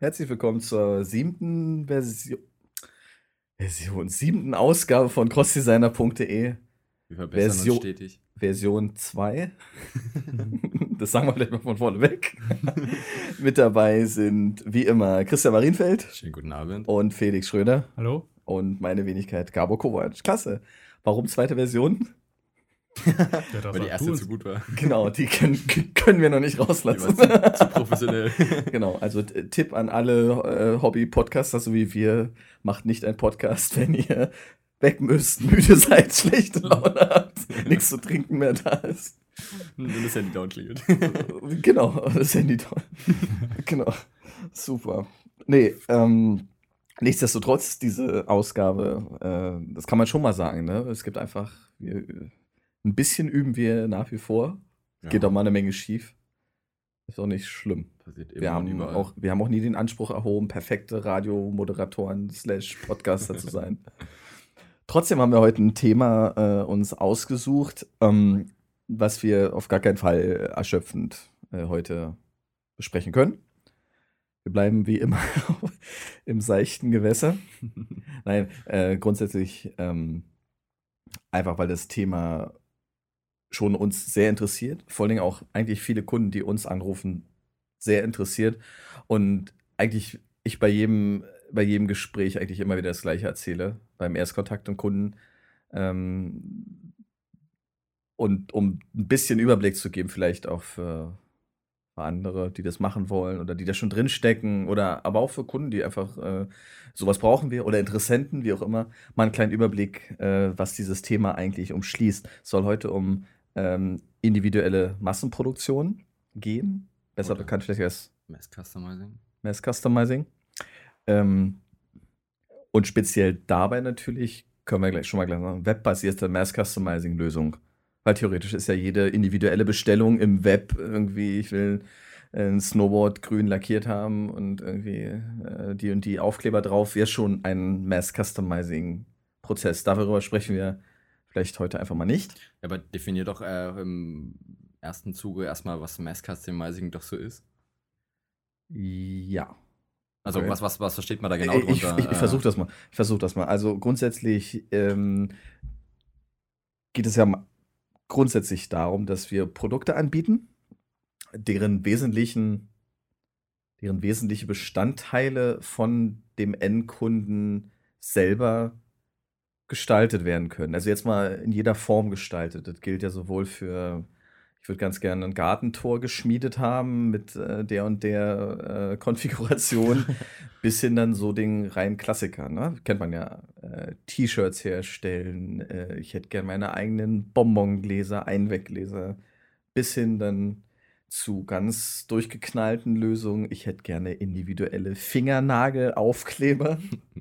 Herzlich willkommen zur siebten Ausgabe von crossdesigner.de. Wir verbessern uns Version, stetig. Version 2. Das sagen wir gleich mal von vorne weg. Mit dabei sind wie immer Christian Marienfeld Schönen guten Abend. und Felix Schröder Hallo? und meine Wenigkeit Gabor Kovac. Klasse. Warum zweite Version? Ja, Weil die erste zu gut war. Genau, die können wir noch nicht Die rauslassen. war zu professionell. Genau, also Tipp an alle Hobby-Podcaster, so wie wir, macht nicht einen Podcast, wenn ihr weg müsst, müde seid, schlechte Laune habt, nichts zu trinken mehr da ist. Und das Handy down klingelt. Genau, das Handy da. Genau, super. Nee, nichtsdestotrotz, diese Ausgabe, das kann man schon mal sagen, ne? Es gibt einfach, ein bisschen üben wir nach wie vor. Es geht auch mal eine Menge schief. Ist auch nicht schlimm. Passiert immer Wir und haben, überall. wir haben auch nie den Anspruch erhoben, perfekte Radiomoderatoren / Podcaster zu sein. Trotzdem haben wir heute ein Thema uns ausgesucht, was wir auf gar keinen Fall erschöpfend heute besprechen können. Wir bleiben wie immer im seichten Gewässer. Nein, grundsätzlich einfach, weil das Thema schon uns sehr interessiert. Vor allen Dingen auch eigentlich viele Kunden, die uns anrufen, sehr interessiert. Und eigentlich ich bei jedem Gespräch eigentlich immer wieder das Gleiche erzähle, beim Erstkontakt und Kunden. Und um ein bisschen Überblick zu geben, vielleicht auch für andere, die das machen wollen oder die da schon drinstecken oder aber auch für Kunden, die einfach sowas brauchen wir oder Interessenten, wie auch immer, mal einen kleinen Überblick, was dieses Thema eigentlich umschließt. Es soll heute um individuelle Massenproduktion gehen, besser Oder bekannt vielleicht als Mass Customizing. Mass Customizing. Und speziell dabei natürlich, können wir gleich sagen, webbasierte Mass Customizing Lösung. Weil theoretisch ist ja jede individuelle Bestellung im Web irgendwie, ich will ein Snowboard grün lackiert haben und irgendwie die und die Aufkleber drauf, wäre schon ein Mass Customizing Prozess. Darüber sprechen wir vielleicht heute einfach mal nicht. Aber definier doch im ersten Zuge erstmal, was Mass Customizing doch so ist. Ja. Also Okay. was versteht man da genau Ich drunter? versuche das mal. Also grundsätzlich geht es ja grundsätzlich darum, dass wir Produkte anbieten, deren wesentliche Bestandteile von dem Endkunden selber gestaltet werden können. Also jetzt mal in jeder Form gestaltet. Das gilt ja sowohl für, ich würde ganz gerne ein Gartentor geschmiedet haben mit der und der Konfiguration, bis hin dann so den reinen Klassiker. Ne? Kennt man ja, T-Shirts herstellen, ich hätte gerne meine eigenen Bonbongläser, Einweggläser, bis hin dann zu ganz durchgeknallten Lösungen. Ich hätte gerne individuelle Fingernagelaufkleber.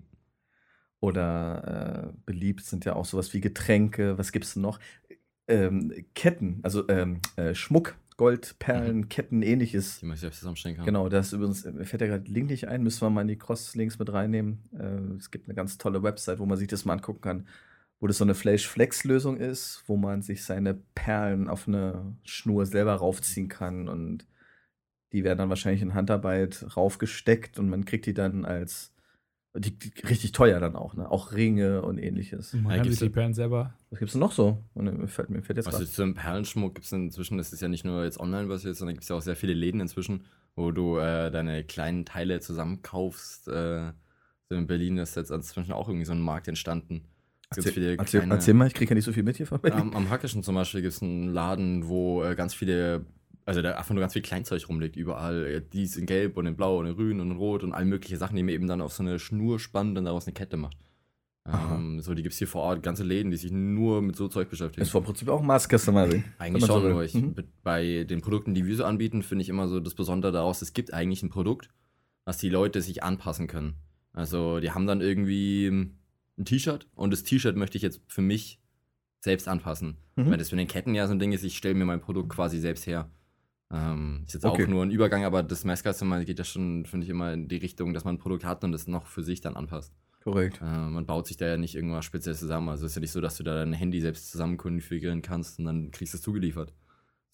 Oder beliebt sind ja auch sowas wie Getränke. Was gibt's denn noch? Ketten, also Schmuck, Gold, Perlen, Ketten, ähnliches. Die man sich selbst zusammenstellen kann. Genau, das übrigens mir fällt ja gerade Link nicht ein, müssen wir mal in die Cross-Links mit reinnehmen. Es gibt eine ganz tolle Website, wo man sich das mal angucken kann, wo das so eine Flash-Flex-Lösung ist, wo man sich seine Perlen auf eine Schnur selber raufziehen kann und die werden dann wahrscheinlich in Handarbeit raufgesteckt und man kriegt die dann als die richtig teuer dann auch, ne? Auch Ringe und ähnliches. Man Ja, kann gibt's sich die ja- Perlen selber. Was gibt's denn noch so? Und mir fällt jetzt Also gerade. zu einem Perlenschmuck gibt es inzwischen, das ist ja nicht nur jetzt online basiert, sondern gibt es ja auch sehr viele Läden inzwischen, wo du deine kleinen Teile zusammenkaufst. So in Berlin ist jetzt inzwischen auch irgendwie so ein Markt entstanden. Es gibt viele kleine. Erzähl mal, ich kriege ja nicht so viel mit hier von Berlin. Am Hackischen zum Beispiel gibt es einen Laden, wo ganz viele, also da einfach nur ganz viel Kleinzeug rumliegt, überall. Dies in Gelb und in Blau und in Grün und in Rot und all mögliche Sachen, die man eben dann auf so eine Schnur spannt und daraus eine Kette macht. So, die gibt es hier vor Ort, ganze Läden, die sich nur mit so Zeug beschäftigen. Ist vom Prinzip auch Mass Customizing. Eigentlich wenn man schon, so will. nur bei den Produkten, die wir so anbieten, finde ich immer so das Besondere daraus, es gibt eigentlich ein Produkt, was die Leute sich anpassen können. Also die haben dann irgendwie ein T-Shirt und das T-Shirt möchte ich jetzt für mich selbst anpassen. Weil das für den Ketten ja so ein Ding ist, ich stelle mir mein Produkt quasi selbst her. Ist jetzt Okay. auch nur ein Übergang, aber das Mass Customizing geht ja schon, finde ich, immer in die Richtung, dass man ein Produkt hat und das noch für sich dann anpasst. Korrekt. Man baut sich da ja nicht irgendwas speziell zusammen. Also es ist ja nicht so, dass du da dein Handy selbst zusammen konfigurieren kannst und dann kriegst du es zugeliefert.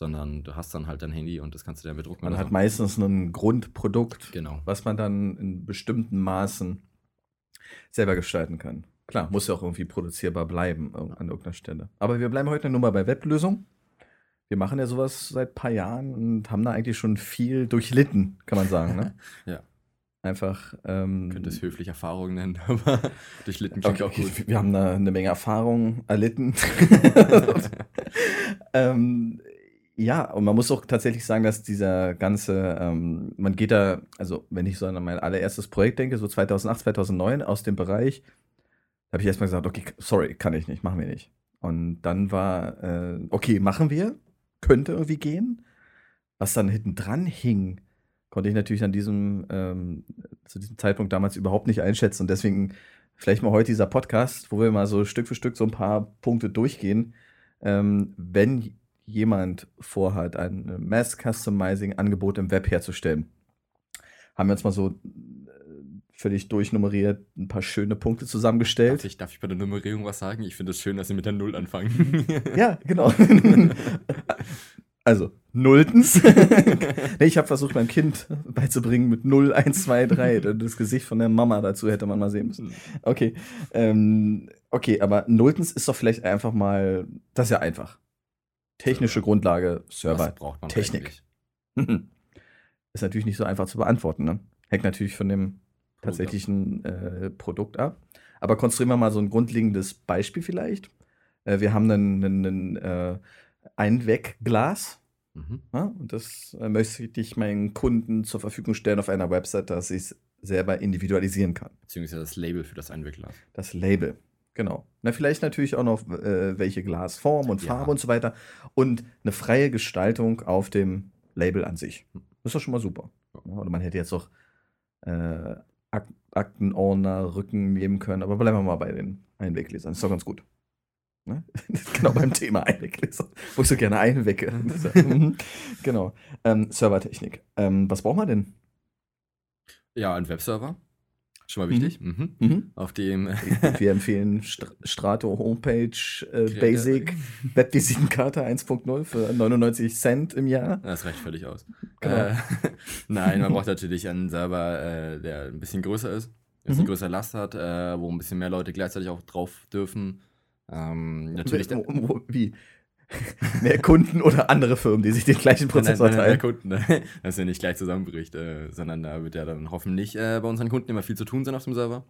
sondern du hast dann halt dein Handy und das kannst du dann bedrucken. Man oder hat so. meistens ein Grundprodukt, Genau. was man dann in bestimmten Maßen selber gestalten kann. Klar, muss ja auch irgendwie produzierbar bleiben an irgendeiner Stelle. Aber wir bleiben heute nur mal bei Weblösungen. Wir machen ja sowas seit ein paar Jahren und haben da eigentlich schon viel durchlitten, kann man sagen. Ne? Ja. Einfach. Könnte es höflich Erfahrungen nennen, aber durchlitten klingt Okay, auch gut. wir haben da eine Menge Erfahrung erlitten. Ja, und man muss auch tatsächlich sagen, dass dieser ganze, man geht da, also wenn ich so an mein allererstes Projekt denke, so 2008, 2009 aus dem Bereich, da habe ich erstmal gesagt, okay, sorry, kann ich nicht, machen wir nicht. Und dann war, okay, machen wir, könnte irgendwie gehen. Was dann hinten dran hing, konnte ich natürlich zu diesem Zeitpunkt damals überhaupt nicht einschätzen. Und deswegen vielleicht mal heute dieser Podcast, wo wir mal so Stück für Stück so ein paar Punkte durchgehen. Wenn jemand vorhat, ein Mass-Customizing-Angebot im Web herzustellen, haben wir uns mal so völlig durchnummeriert ein paar schöne Punkte zusammengestellt. Darf ich bei der Nummerierung was sagen? Ich finde es schön, dass Sie mit der Null anfangen. Ja, genau. Also, nulltens. Nee, ich habe versucht, meinem Kind beizubringen mit 0, 1, 2, 3. Das Gesicht von der Mama dazu hätte man mal sehen müssen. Okay. Okay, aber nulltens ist doch vielleicht einfach mal, das ist ja einfach. Technische Server. Grundlage, Server, Was braucht man Technik. eigentlich? Ist natürlich nicht so einfach zu beantworten, ne? Hängt natürlich von dem tatsächlichen Produkt ab. Aber konstruieren wir mal so ein grundlegendes Beispiel vielleicht. Wir haben ein Einwegglas. Ja, und das möchte ich meinen Kunden zur Verfügung stellen auf einer Website, dass ich es selber individualisieren kann. Beziehungsweise das Label für das Einwegglas. Das Label, genau. Na, vielleicht natürlich auch noch welche Glasform und Farbe und so weiter. Und eine freie Gestaltung auf dem Label an sich. Das ist doch schon mal super. Ja, oder man hätte jetzt auch Aktenordner, Rücken nehmen können. Aber bleiben wir mal bei den Einweggläsern. Ist doch ganz gut. Ne? Genau beim Thema Einweggläser, wo ich so gerne einwecke. Genau. Servertechnik. Was braucht man denn? Ja, ein Webserver. Schon mal wichtig. Auf dem Wir empfehlen Strato Homepage Basic Webvisitenkarte 1.0 für 99 Cent im Jahr. Das reicht völlig aus. Genau. Nein, man braucht natürlich einen Server, der ein bisschen größer ist, der eine größere Last hat, wo ein bisschen mehr Leute gleichzeitig auch drauf dürfen. Natürlich. Wie? Mehr Kunden oder andere Firmen, die sich den gleichen Prozessor teilen? Mehr Kunden, dass er nicht gleich zusammenbricht, sondern da wird ja dann hoffentlich bei unseren Kunden immer viel zu tun sein auf dem Server.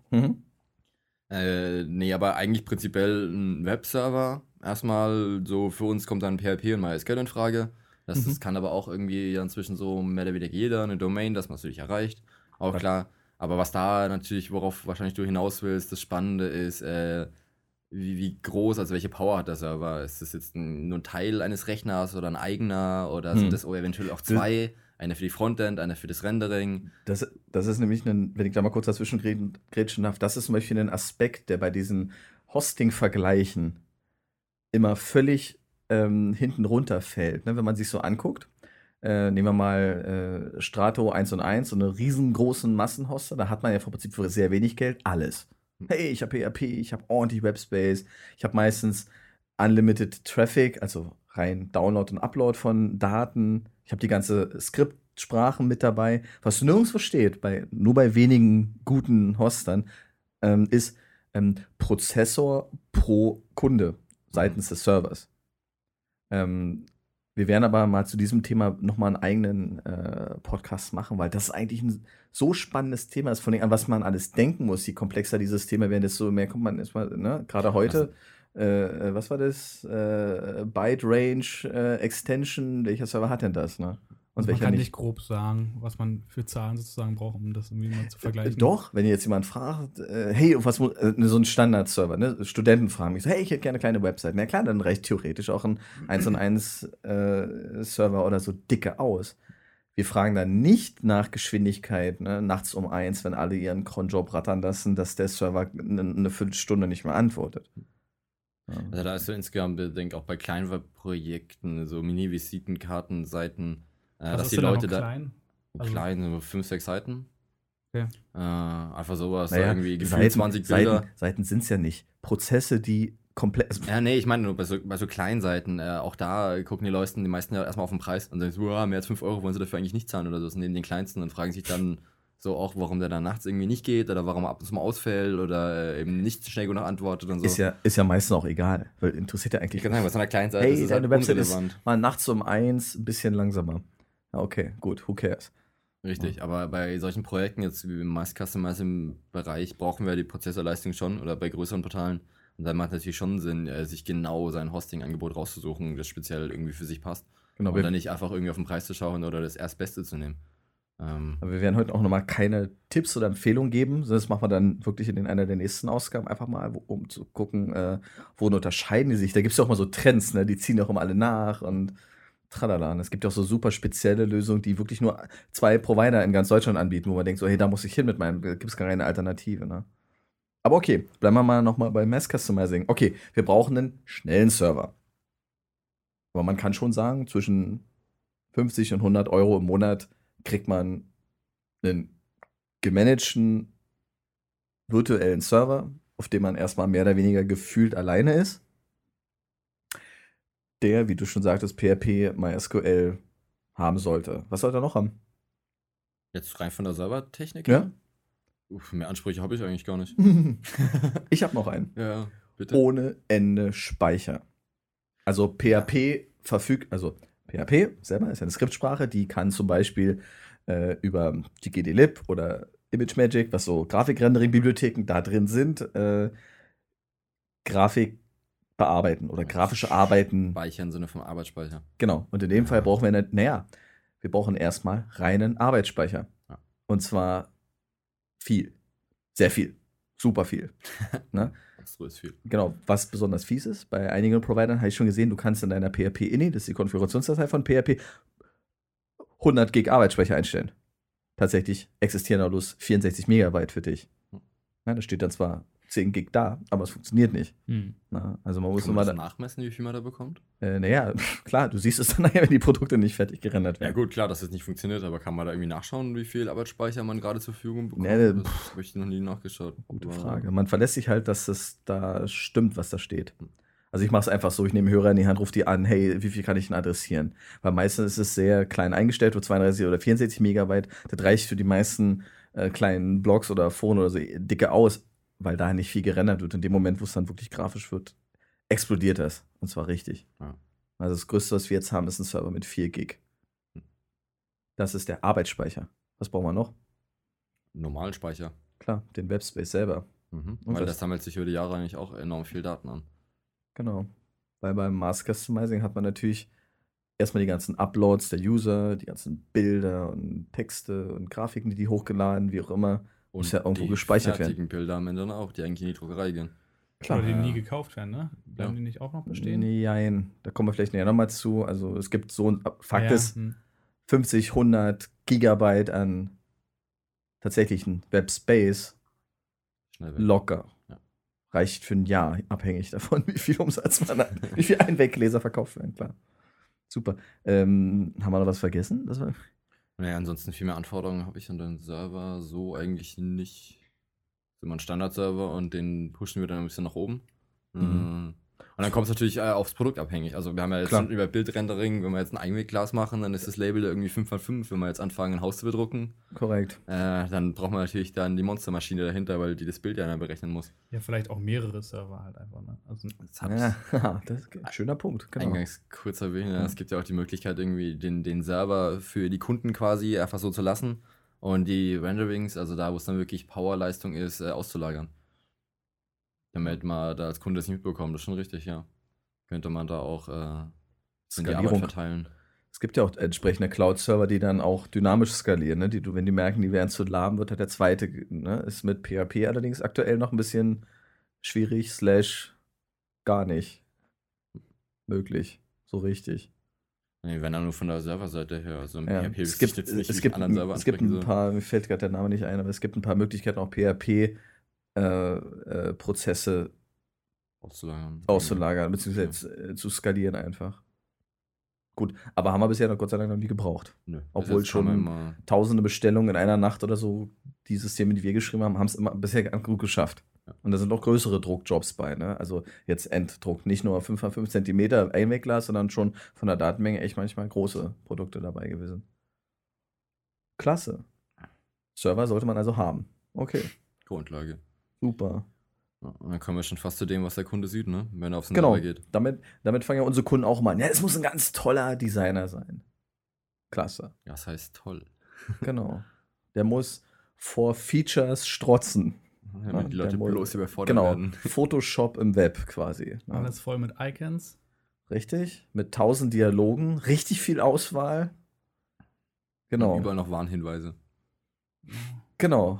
Nee, aber eigentlich prinzipiell ein Webserver. Erstmal so für uns kommt dann PHP und MySQL in Frage. Das kann aber auch irgendwie inzwischen so mehr oder weniger jeder, eine Domain, das man natürlich erreicht. Auch klar. Aber was da natürlich, worauf wahrscheinlich du hinaus willst, das Spannende ist, wie groß, also welche Power hat der Server? Ist das jetzt nur ein Teil eines Rechners oder ein eigener oder sind das eventuell auch zwei? Eine für die Frontend, eine für das Rendering. Das ist nämlich, wenn ich da mal kurz dazwischen grätschen darf, das ist zum Beispiel ein Aspekt, der bei diesen Hosting-Vergleichen immer völlig hinten runterfällt. Ne? Wenn man sich so anguckt, nehmen wir mal Strato 1 und 1, so eine riesengroßen Massenhoster, da hat man ja im Prinzip für sehr wenig Geld alles. Hey, ich habe PHP, ich habe ordentlich Webspace, ich habe meistens Unlimited Traffic, also rein Download und Upload von Daten. Ich habe die ganze Skriptsprachen mit dabei. Was nirgendwo steht, nur bei wenigen guten Hostern, ist Prozessor pro Kunde seitens des Servers. Wir werden aber mal zu diesem Thema nochmal einen eigenen Podcast machen, weil das eigentlich ein so spannendes Thema ist, von dem an was man alles denken muss. Je komplexer dieses Thema wird, desto mehr kommt man erstmal, ne? Gerade heute, was war das? Byte Range Extension, welcher Server hat denn das? Ne? Und man kann nicht grob sagen, was man für Zahlen sozusagen braucht, um das irgendwie mal zu vergleichen. Doch, wenn jetzt jemand fragt, hey, was muss, so ein Standard-Server, ne? Studenten fragen mich so, hey, ich hätte gerne eine kleine Website. Na klar, dann reicht theoretisch auch ein 1&1 Server oder so dicke aus. Wir fragen dann nicht nach Geschwindigkeit, ne? Nachts um 1, wenn alle ihren Cronjob rattern lassen, dass der Server eine Viertelstunde nicht mehr antwortet. Ja. Also da ist so insgesamt, denke auch bei kleinen Webprojekten, so Mini-Visitenkarten, Seiten, dass die Leute da klein, so 5, 6 Seiten. Okay. Einfach sowas, naja, irgendwie gefühlt 20 Bilder. Seiten sind es ja nicht. Prozesse, die komplett. Ja, nee, ich meine nur bei so kleinen Seiten, auch da gucken die meisten ja erstmal auf den Preis und sagen so, mehr als 5 Euro wollen sie dafür eigentlich nicht zahlen oder so. Das sind eben den kleinsten und fragen sich dann so auch, warum der dann nachts irgendwie nicht geht oder warum er ab und zu mal ausfällt oder eben nicht schnell genug antwortet und so. Ist ja meistens auch egal, weil interessiert ja eigentlich. Ich kann sagen, was an der kleinen Seite Hey, ist, ist deine halt Website ist unrelevant. mal nachts um 1 ein bisschen langsamer. Ja, okay, gut, who cares? Richtig, aber bei solchen Projekten jetzt wie im Mass Customizing Bereich brauchen wir die Prozessorleistung schon oder bei größeren Portalen. Und dann macht es natürlich schon Sinn, sich genau sein Hosting-Angebot rauszusuchen, das speziell irgendwie für sich passt. Genau, Und dann nicht einfach irgendwie auf den Preis zu schauen oder das Erstbeste zu nehmen. aber wir werden heute auch nochmal keine Tipps oder Empfehlungen geben, sondern das machen wir dann wirklich in einer der nächsten Ausgaben einfach mal, um zu gucken, wo unterscheiden die sich. Da gibt es ja auch mal so Trends, ne? Die ziehen ja auch immer alle nach und tralala. Und es gibt ja auch so super spezielle Lösungen, die wirklich nur 2 Provider in ganz Deutschland anbieten, wo man denkt, so, hey, da muss ich hin mit meinem, gibt es gar keine Alternative, ne? Aber okay, bleiben wir mal nochmal bei Mass Customizing. Okay, wir brauchen einen schnellen Server. Aber man kann schon sagen, zwischen 50 und 100 Euro im Monat kriegt man einen gemanagten virtuellen Server, auf dem man erstmal mehr oder weniger gefühlt alleine ist. Der, wie du schon sagtest, PHP, MySQL haben sollte. Was sollte er noch haben? Jetzt rein von der Servertechnik? Ja? Mehr Ansprüche habe ich eigentlich gar nicht. Ich habe noch einen. Ja, bitte. Ohne Ende Speicher. Also PHP PHP selber ist ja eine Skriptsprache, die kann zum Beispiel über die GDLib oder ImageMagick, was so Grafikrendering-Bibliotheken da drin sind, Grafik bearbeiten oder grafische Arbeiten. Speichern im Sinne vom Arbeitsspeicher. Genau. Und in dem Fall brauchen wir wir brauchen erstmal reinen Arbeitsspeicher. Ja. Und zwar viel. Sehr viel. Super viel. Ne? So ist viel. Genau, was besonders fies ist, bei einigen Providern habe ich schon gesehen, du kannst in deiner PHP-INI, das ist die Konfigurationsdatei von PHP, 100 Gig Arbeitsspeicher einstellen. Tatsächlich existieren da bloß 64 Megabyte für dich. Ja, da steht dann zwar 10 Gig da, aber es funktioniert nicht. Na, also man muss Kann man nochmal. das nachmessen, wie viel man da bekommt? Naja, klar, du siehst es dann nachher, wenn die Produkte nicht fertig gerendert Ja werden. gut, klar, dass das nicht funktioniert, aber kann man da irgendwie nachschauen, wie viel Arbeitsspeicher man gerade zur Verfügung bekommt? Nee, das habe ich noch nie nachgeschaut. Gute Aber Frage. Man verlässt sich halt, dass es da stimmt, was da steht. Also ich mache es einfach so, ich nehme Hörer in die Hand, rufe die an, hey, wie viel kann ich denn adressieren? Weil meistens ist es sehr klein eingestellt, für 32 oder 64 Megabyte. Das reicht für die meisten kleinen Blogs oder Foren oder so dicke aus, weil da nicht viel gerendert wird. In dem Moment, wo es dann wirklich grafisch wird, explodiert das. Und zwar richtig. Ja. Also das Größte, was wir jetzt haben, ist ein Server mit 4 Gig. Das ist der Arbeitsspeicher. Was brauchen wir noch? normalen Speicher. Klar, den Webspace selber. Und Und weil was? das sammelt sich über die Jahre eigentlich auch enorm viel Daten an. Genau. Weil beim Mass Customizing hat man natürlich erstmal die ganzen Uploads der User, die ganzen Bilder und Texte und Grafiken, die hochgeladen, wie auch immer. Muss ja irgendwo die gespeichert werden. fertigen Bilder am Ende dann auch, die eigentlich in die Druckerei gehen. Oder die Ja. nie gekauft werden, ne? Bleiben Ja. die nicht auch noch bestehen? Nein, da kommen wir vielleicht näher nochmal zu. Also es gibt so ein Fakt Ja, ist, 50, 100 Gigabyte an tatsächlichen Webspace Schnell weg. locker. Ja. Reicht für ein Jahr, abhängig davon, wie viel Umsatz man hat, wie viel Einweggläser verkauft werden, klar. Super. Haben wir noch was vergessen? Das war Naja, ansonsten viel mehr Anforderungen habe ich an den Server so eigentlich nicht. Ist immer ein Standardserver und den pushen wir dann ein bisschen nach oben. Mhm. Und dann kommt es natürlich aufs Produkt abhängig. Also wir haben ja jetzt Klar. schon über Bildrendering, wenn wir jetzt ein Einwegglas machen, dann ist das Label irgendwie 5x5. Wenn wir jetzt anfangen, ein Haus zu bedrucken, korrekt. dann braucht man natürlich dann die Monstermaschine dahinter, weil die das Bild ja dann berechnen muss. Ja, vielleicht auch mehrere Server halt einfach, ne? Also, Das hat Ja, das ist ein schöner Punkt. Genau. eingangs kurz erwähnt. Ja, es gibt ja auch die Möglichkeit, irgendwie den Server für die Kunden quasi einfach so zu lassen und die Renderings, also da, wo es dann wirklich Powerleistung ist, auszulagern. Damit man da als Kunde das nicht mitbekommt, das ist schon richtig, ja. Könnte man da auch in die Arbeit Skalierung. verteilen. Es gibt ja auch entsprechende Cloud-Server, die dann auch dynamisch skalieren. Ne? Wenn die merken, die werden zu lahm, wird halt der zweite. Ne? Ist mit PHP allerdings aktuell noch ein bisschen schwierig, / gar nicht möglich. So richtig. Nee, wenn dann nur von der Serverseite her. Also im Ja. PHP Es wüsste gibt, ich jetzt nicht, es wie ich gibt, anderen Server es gibt ansprechen ein soll. paar, mir fällt gerade der Name nicht ein, aber es gibt ein paar Möglichkeiten, auch PHP-Prozesse Auszulagern. auszulagern, beziehungsweise zu skalieren einfach. Gut, aber haben wir bisher noch Gott sei Dank noch nie gebraucht. Nö, Obwohl bis jetzt kann man schon immer- tausende Bestellungen in einer Nacht oder so, die Systeme, die wir geschrieben haben, haben es immer bisher gut geschafft. Und da sind auch größere Druckjobs bei, ne? Also jetzt Enddruck, nicht nur 5x5 Zentimeter Einwegglas, sondern schon von der Datenmenge echt manchmal große Produkte dabei gewesen. Klasse. Server sollte man also haben. Okay, Grundlage. super. Ja, und dann kommen wir schon fast zu dem, was der Kunde sieht, ne? Wenn er auf den Genau, Server geht. damit fangen ja unsere Kunden auch mal an. Ja, es muss ein ganz toller Designer sein. Klasse, Ja, das heißt toll. genau. Der muss vor Features strotzen. Damit die Leute der bloß überfordert Genau, werden. Photoshop im Web quasi. Ja. Alles voll mit Icons. Richtig, mit 1000 Dialogen, richtig viel Auswahl. Und Genau, überall noch Warnhinweise. genau.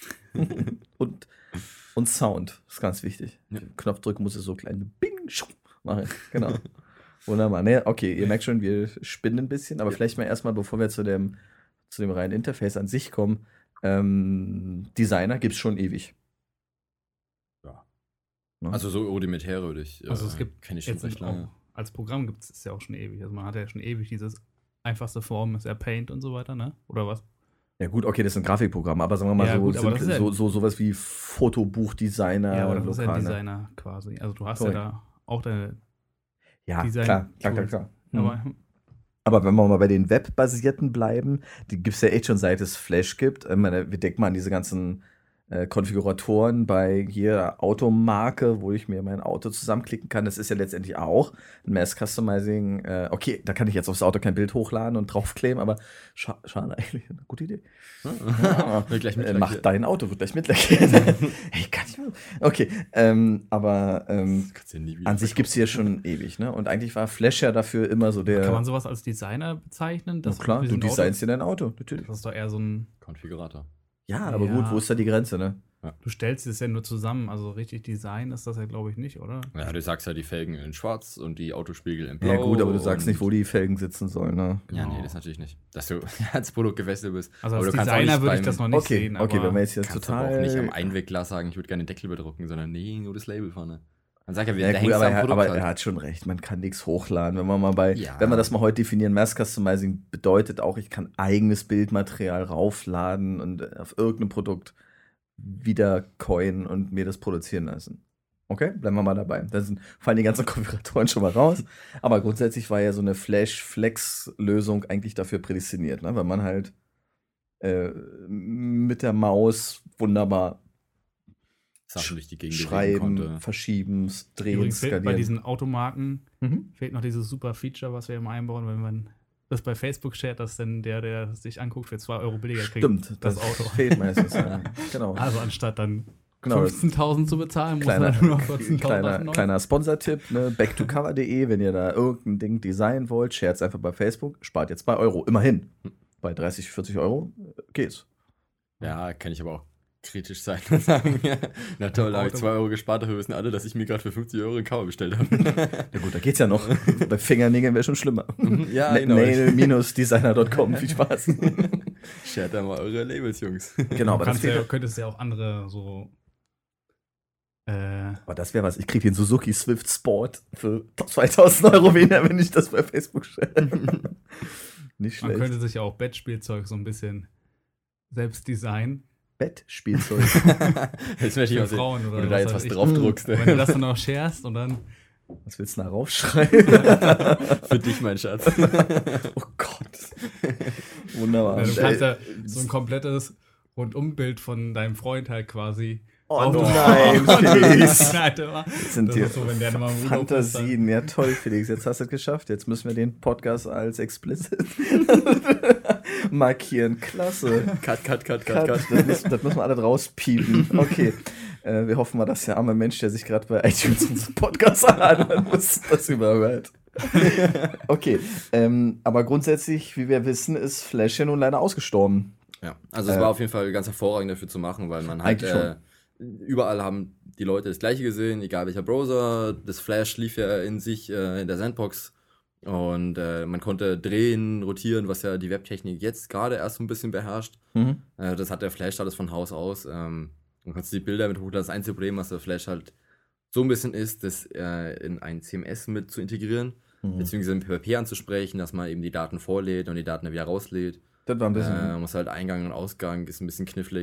und Sound, ist ganz wichtig. Ja. Knopfdrücken muss es so klein Bing, schuh, machen. Genau. Wunderbar. Ne, okay, ihr merkt schon, wir spinnen ein bisschen, aber vielleicht mal erstmal, bevor wir zu dem reinen Interface an sich kommen, Designer gibt es schon ewig. Ja. Ne? Also so rudimentär würde ich. Also es gibt kenne ich schon jetzt recht lange. auch, als Programm gibt es ja auch schon ewig. Also man hat ja schon ewig dieses einfachste Form, ist ja Paint und so weiter, ne? Oder was? Ja gut, okay, das ist ein Grafikprogramm, aber sagen wir mal Ja, so, gut, aber das ist ja- sowas wie Fotobuchdesigner, Ja, aber das ist ja ein lokale. Designer quasi. Also du hast Korrekt. ja da auch deine Ja, Design klar. Tools. Mhm. Aber Aber wenn wir mal bei den Webbasierten bleiben, die gibt es ja echt schon seit es Flash gibt. Ich meine, wir denken mal an diese ganzen Konfiguratoren bei jeder Automarke, wo ich mir mein Auto zusammenklicken kann. Das ist ja letztendlich auch ein Mass Customizing. Okay, da kann ich jetzt aufs Auto kein Bild hochladen und draufkleben, aber schade eigentlich. Eine gute Idee. Wird gleich mitlackiert. Macht dein Auto, wird gleich mitlackiert. Hey, kann ich mal. Okay, aber Kannst du ja nie wieder an sich gibt es hier schon ewig, ne? Und eigentlich war Flash ja dafür immer so der. kann man sowas als Designer bezeichnen? Na klar, wir du sind designst dir Autos- dein Auto, natürlich. Das ist doch eher so ein. Konfigurator. Ja, aber Ja. gut, wo ist da die Grenze, ne? Du stellst es ja nur zusammen. Also richtig Design ist das ja, glaube ich, nicht, oder? Ja, du sagst ja die Felgen in schwarz und die Autospiegel in blau. Ja, gut, aber du sagst und- nicht, wo die Felgen sitzen sollen, ne? Ja, Genau. nee, das natürlich nicht. Dass du ans Produkt gewechselt bist. Also Aber als du kannst auch Designer nicht würde ich beim- das noch nicht Okay, sehen. okay, wenn wir jetzt hier Kannst total. aber auch nicht am Einwegglas sagen, ich würde gerne den Deckel bedrucken, sondern nee, nur das Label vorne. Dann sag ja, Ja, da gut, hängst du am aber Produkt er halt. hat schon recht, man kann nichts hochladen. Wenn wir das mal heute definieren, Mass Customizing bedeutet auch, ich kann eigenes Bildmaterial raufladen und auf irgendeinem Produkt wieder coinen und mir das produzieren lassen. Okay, bleiben wir mal dabei. Da fallen die ganzen Konfiguratoren schon mal raus. Aber grundsätzlich war ja so eine Flash-Flex-Lösung eigentlich dafür prädestiniert, ne? Weil man halt mit der Maus Sachen durch die Gegend bewegen schreiben, konnte. verschieben, drehen, Übrigens fehlt bei skalieren. diesen Automarken Mhm. fehlt noch dieses super Feature, was wir immer einbauen, wenn man das bei Facebook shared, dass dann der sich anguckt, für 2 Euro billiger kriegt. Stimmt, das Auto. fehlt meistens. Ja. Genau. Also anstatt dann Genau. 15.000 zu bezahlen, muss Kleiner, man nur noch 14.000 kleiner Sponsor-Tipp, ne? Backtocover.de, wenn ihr da irgendein Ding designen wollt, shared einfach bei Facebook, spart ihr 2 Euro. Immerhin. Bei 30, 40 Euro geht's. Ja, kann ich aber auch kritisch sein und sagen, ja, na toll, da habe ich 2 Euro gespart, dafür wissen alle, dass ich mir gerade für 50 Euro ein Cover bestellt habe. Ja gut, da geht's ja noch. Bei Fingernägeln wäre schon schlimmer. Ja, genau. Nail-designer.com, viel Spaß. Shared da mal eure Labels, Jungs. Genau, aber das, könntest ja auch andere so aber das wäre was. Ich kriege den Suzuki Swift Sport für 2000 Euro weniger, wenn ich das bei Facebook share. Nicht man schlecht. könnte sich ja auch Bettspielzeug so ein bisschen selbst designen. Bettspielzeug. Jetzt möchte ich Für mal sehen, Frauen wo oder du da was jetzt weiß was ich. draufdruckst. Wenn du das dann auch sharest und dann Was willst du da raufschreiben? Für dich, mein Schatz. Oh Gott. Wunderbar. Ja, du kannst ja so ein komplettes Rundumbild von deinem Freund halt quasi. Oh nein, Felix. Das Sind dir ist so, wenn der nochmal im Urlaub ist, dann- Fantasien. Ja, toll, Felix. Jetzt hast du es geschafft. Jetzt müssen wir den Podcast als explicit markieren. Klasse. Cut. Das müssen wir alle rauspiepen. Okay. Wir hoffen mal, dass der arme Mensch, der sich gerade bei iTunes unseren Podcast anhören muss, das überhört. Okay. Aber grundsätzlich, wie wir wissen, ist Flash ja nun leider ausgestorben. Ja, also es war auf jeden Fall ganz hervorragend dafür zu machen, weil man halt Eigentlich überall haben die Leute das gleiche gesehen, egal welcher Browser. Das Flash lief ja in sich in der Sandbox und man konnte drehen, rotieren, was ja die Webtechnik jetzt gerade erst so ein bisschen beherrscht. Mhm. Das hat der Flash alles von Haus aus. Man kannst die Bilder mit hochladen. Das einzige Problem, was der Flash halt so ein bisschen ist, das in ein CMS mit zu integrieren, beziehungsweise im PHP anzusprechen, dass man eben die Daten vorlädt und die Daten dann wieder rauslädt. Das war ein bisschen. Muss halt Eingang und Ausgang, ist ein bisschen knifflig.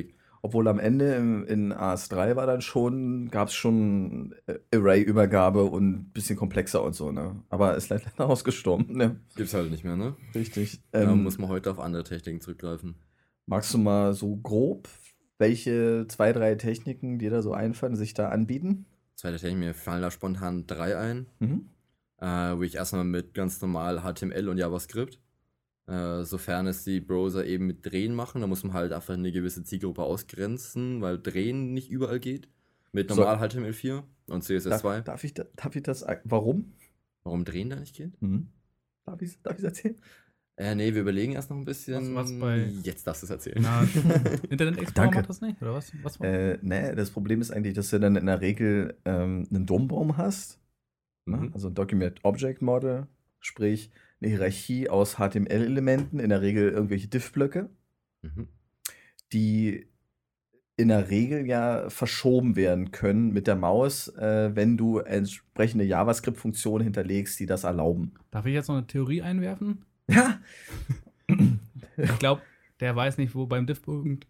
Obwohl am Ende in AS3 gab es schon Array-Übergabe und ein bisschen komplexer und so, ne? Aber ist leider ausgestorben, ne? Gibt's halt nicht mehr, ne? Richtig. Da muss man heute auf andere Techniken zurückgreifen. Magst du mal so grob, welche 2, 3 Techniken dir da so einfallen, sich da anbieten? Zweite Technik, mir fallen da spontan 3 ein. Mhm. Wo ich erstmal mit ganz normal HTML und JavaScript, sofern es die Browser eben mit Drehen machen, da muss man halt einfach eine gewisse Zielgruppe ausgrenzen, weil Drehen nicht überall geht. Mit normal HTML4 und CSS2. Darf ich das? Warum? Warum Drehen da nicht geht? Mhm. Darf ich erzählen? Nee, wir überlegen erst noch ein bisschen. Was bei. Jetzt darfst du es erzählen. Na, Internet Explorer Danke. macht das nicht? Oder was? Nee, das Problem ist eigentlich, dass du dann in der Regel einen DOM-Baum hast. Ne? Also ein Document Object Model, sprich eine Hierarchie aus HTML-Elementen, in der Regel irgendwelche Div-Blöcke, die in der Regel ja verschoben werden können mit der Maus, wenn du entsprechende JavaScript-Funktionen hinterlegst, die das erlauben. Darf ich jetzt noch eine Theorie einwerfen? Ja. Ich glaube, der weiß nicht, wo beim Div-Block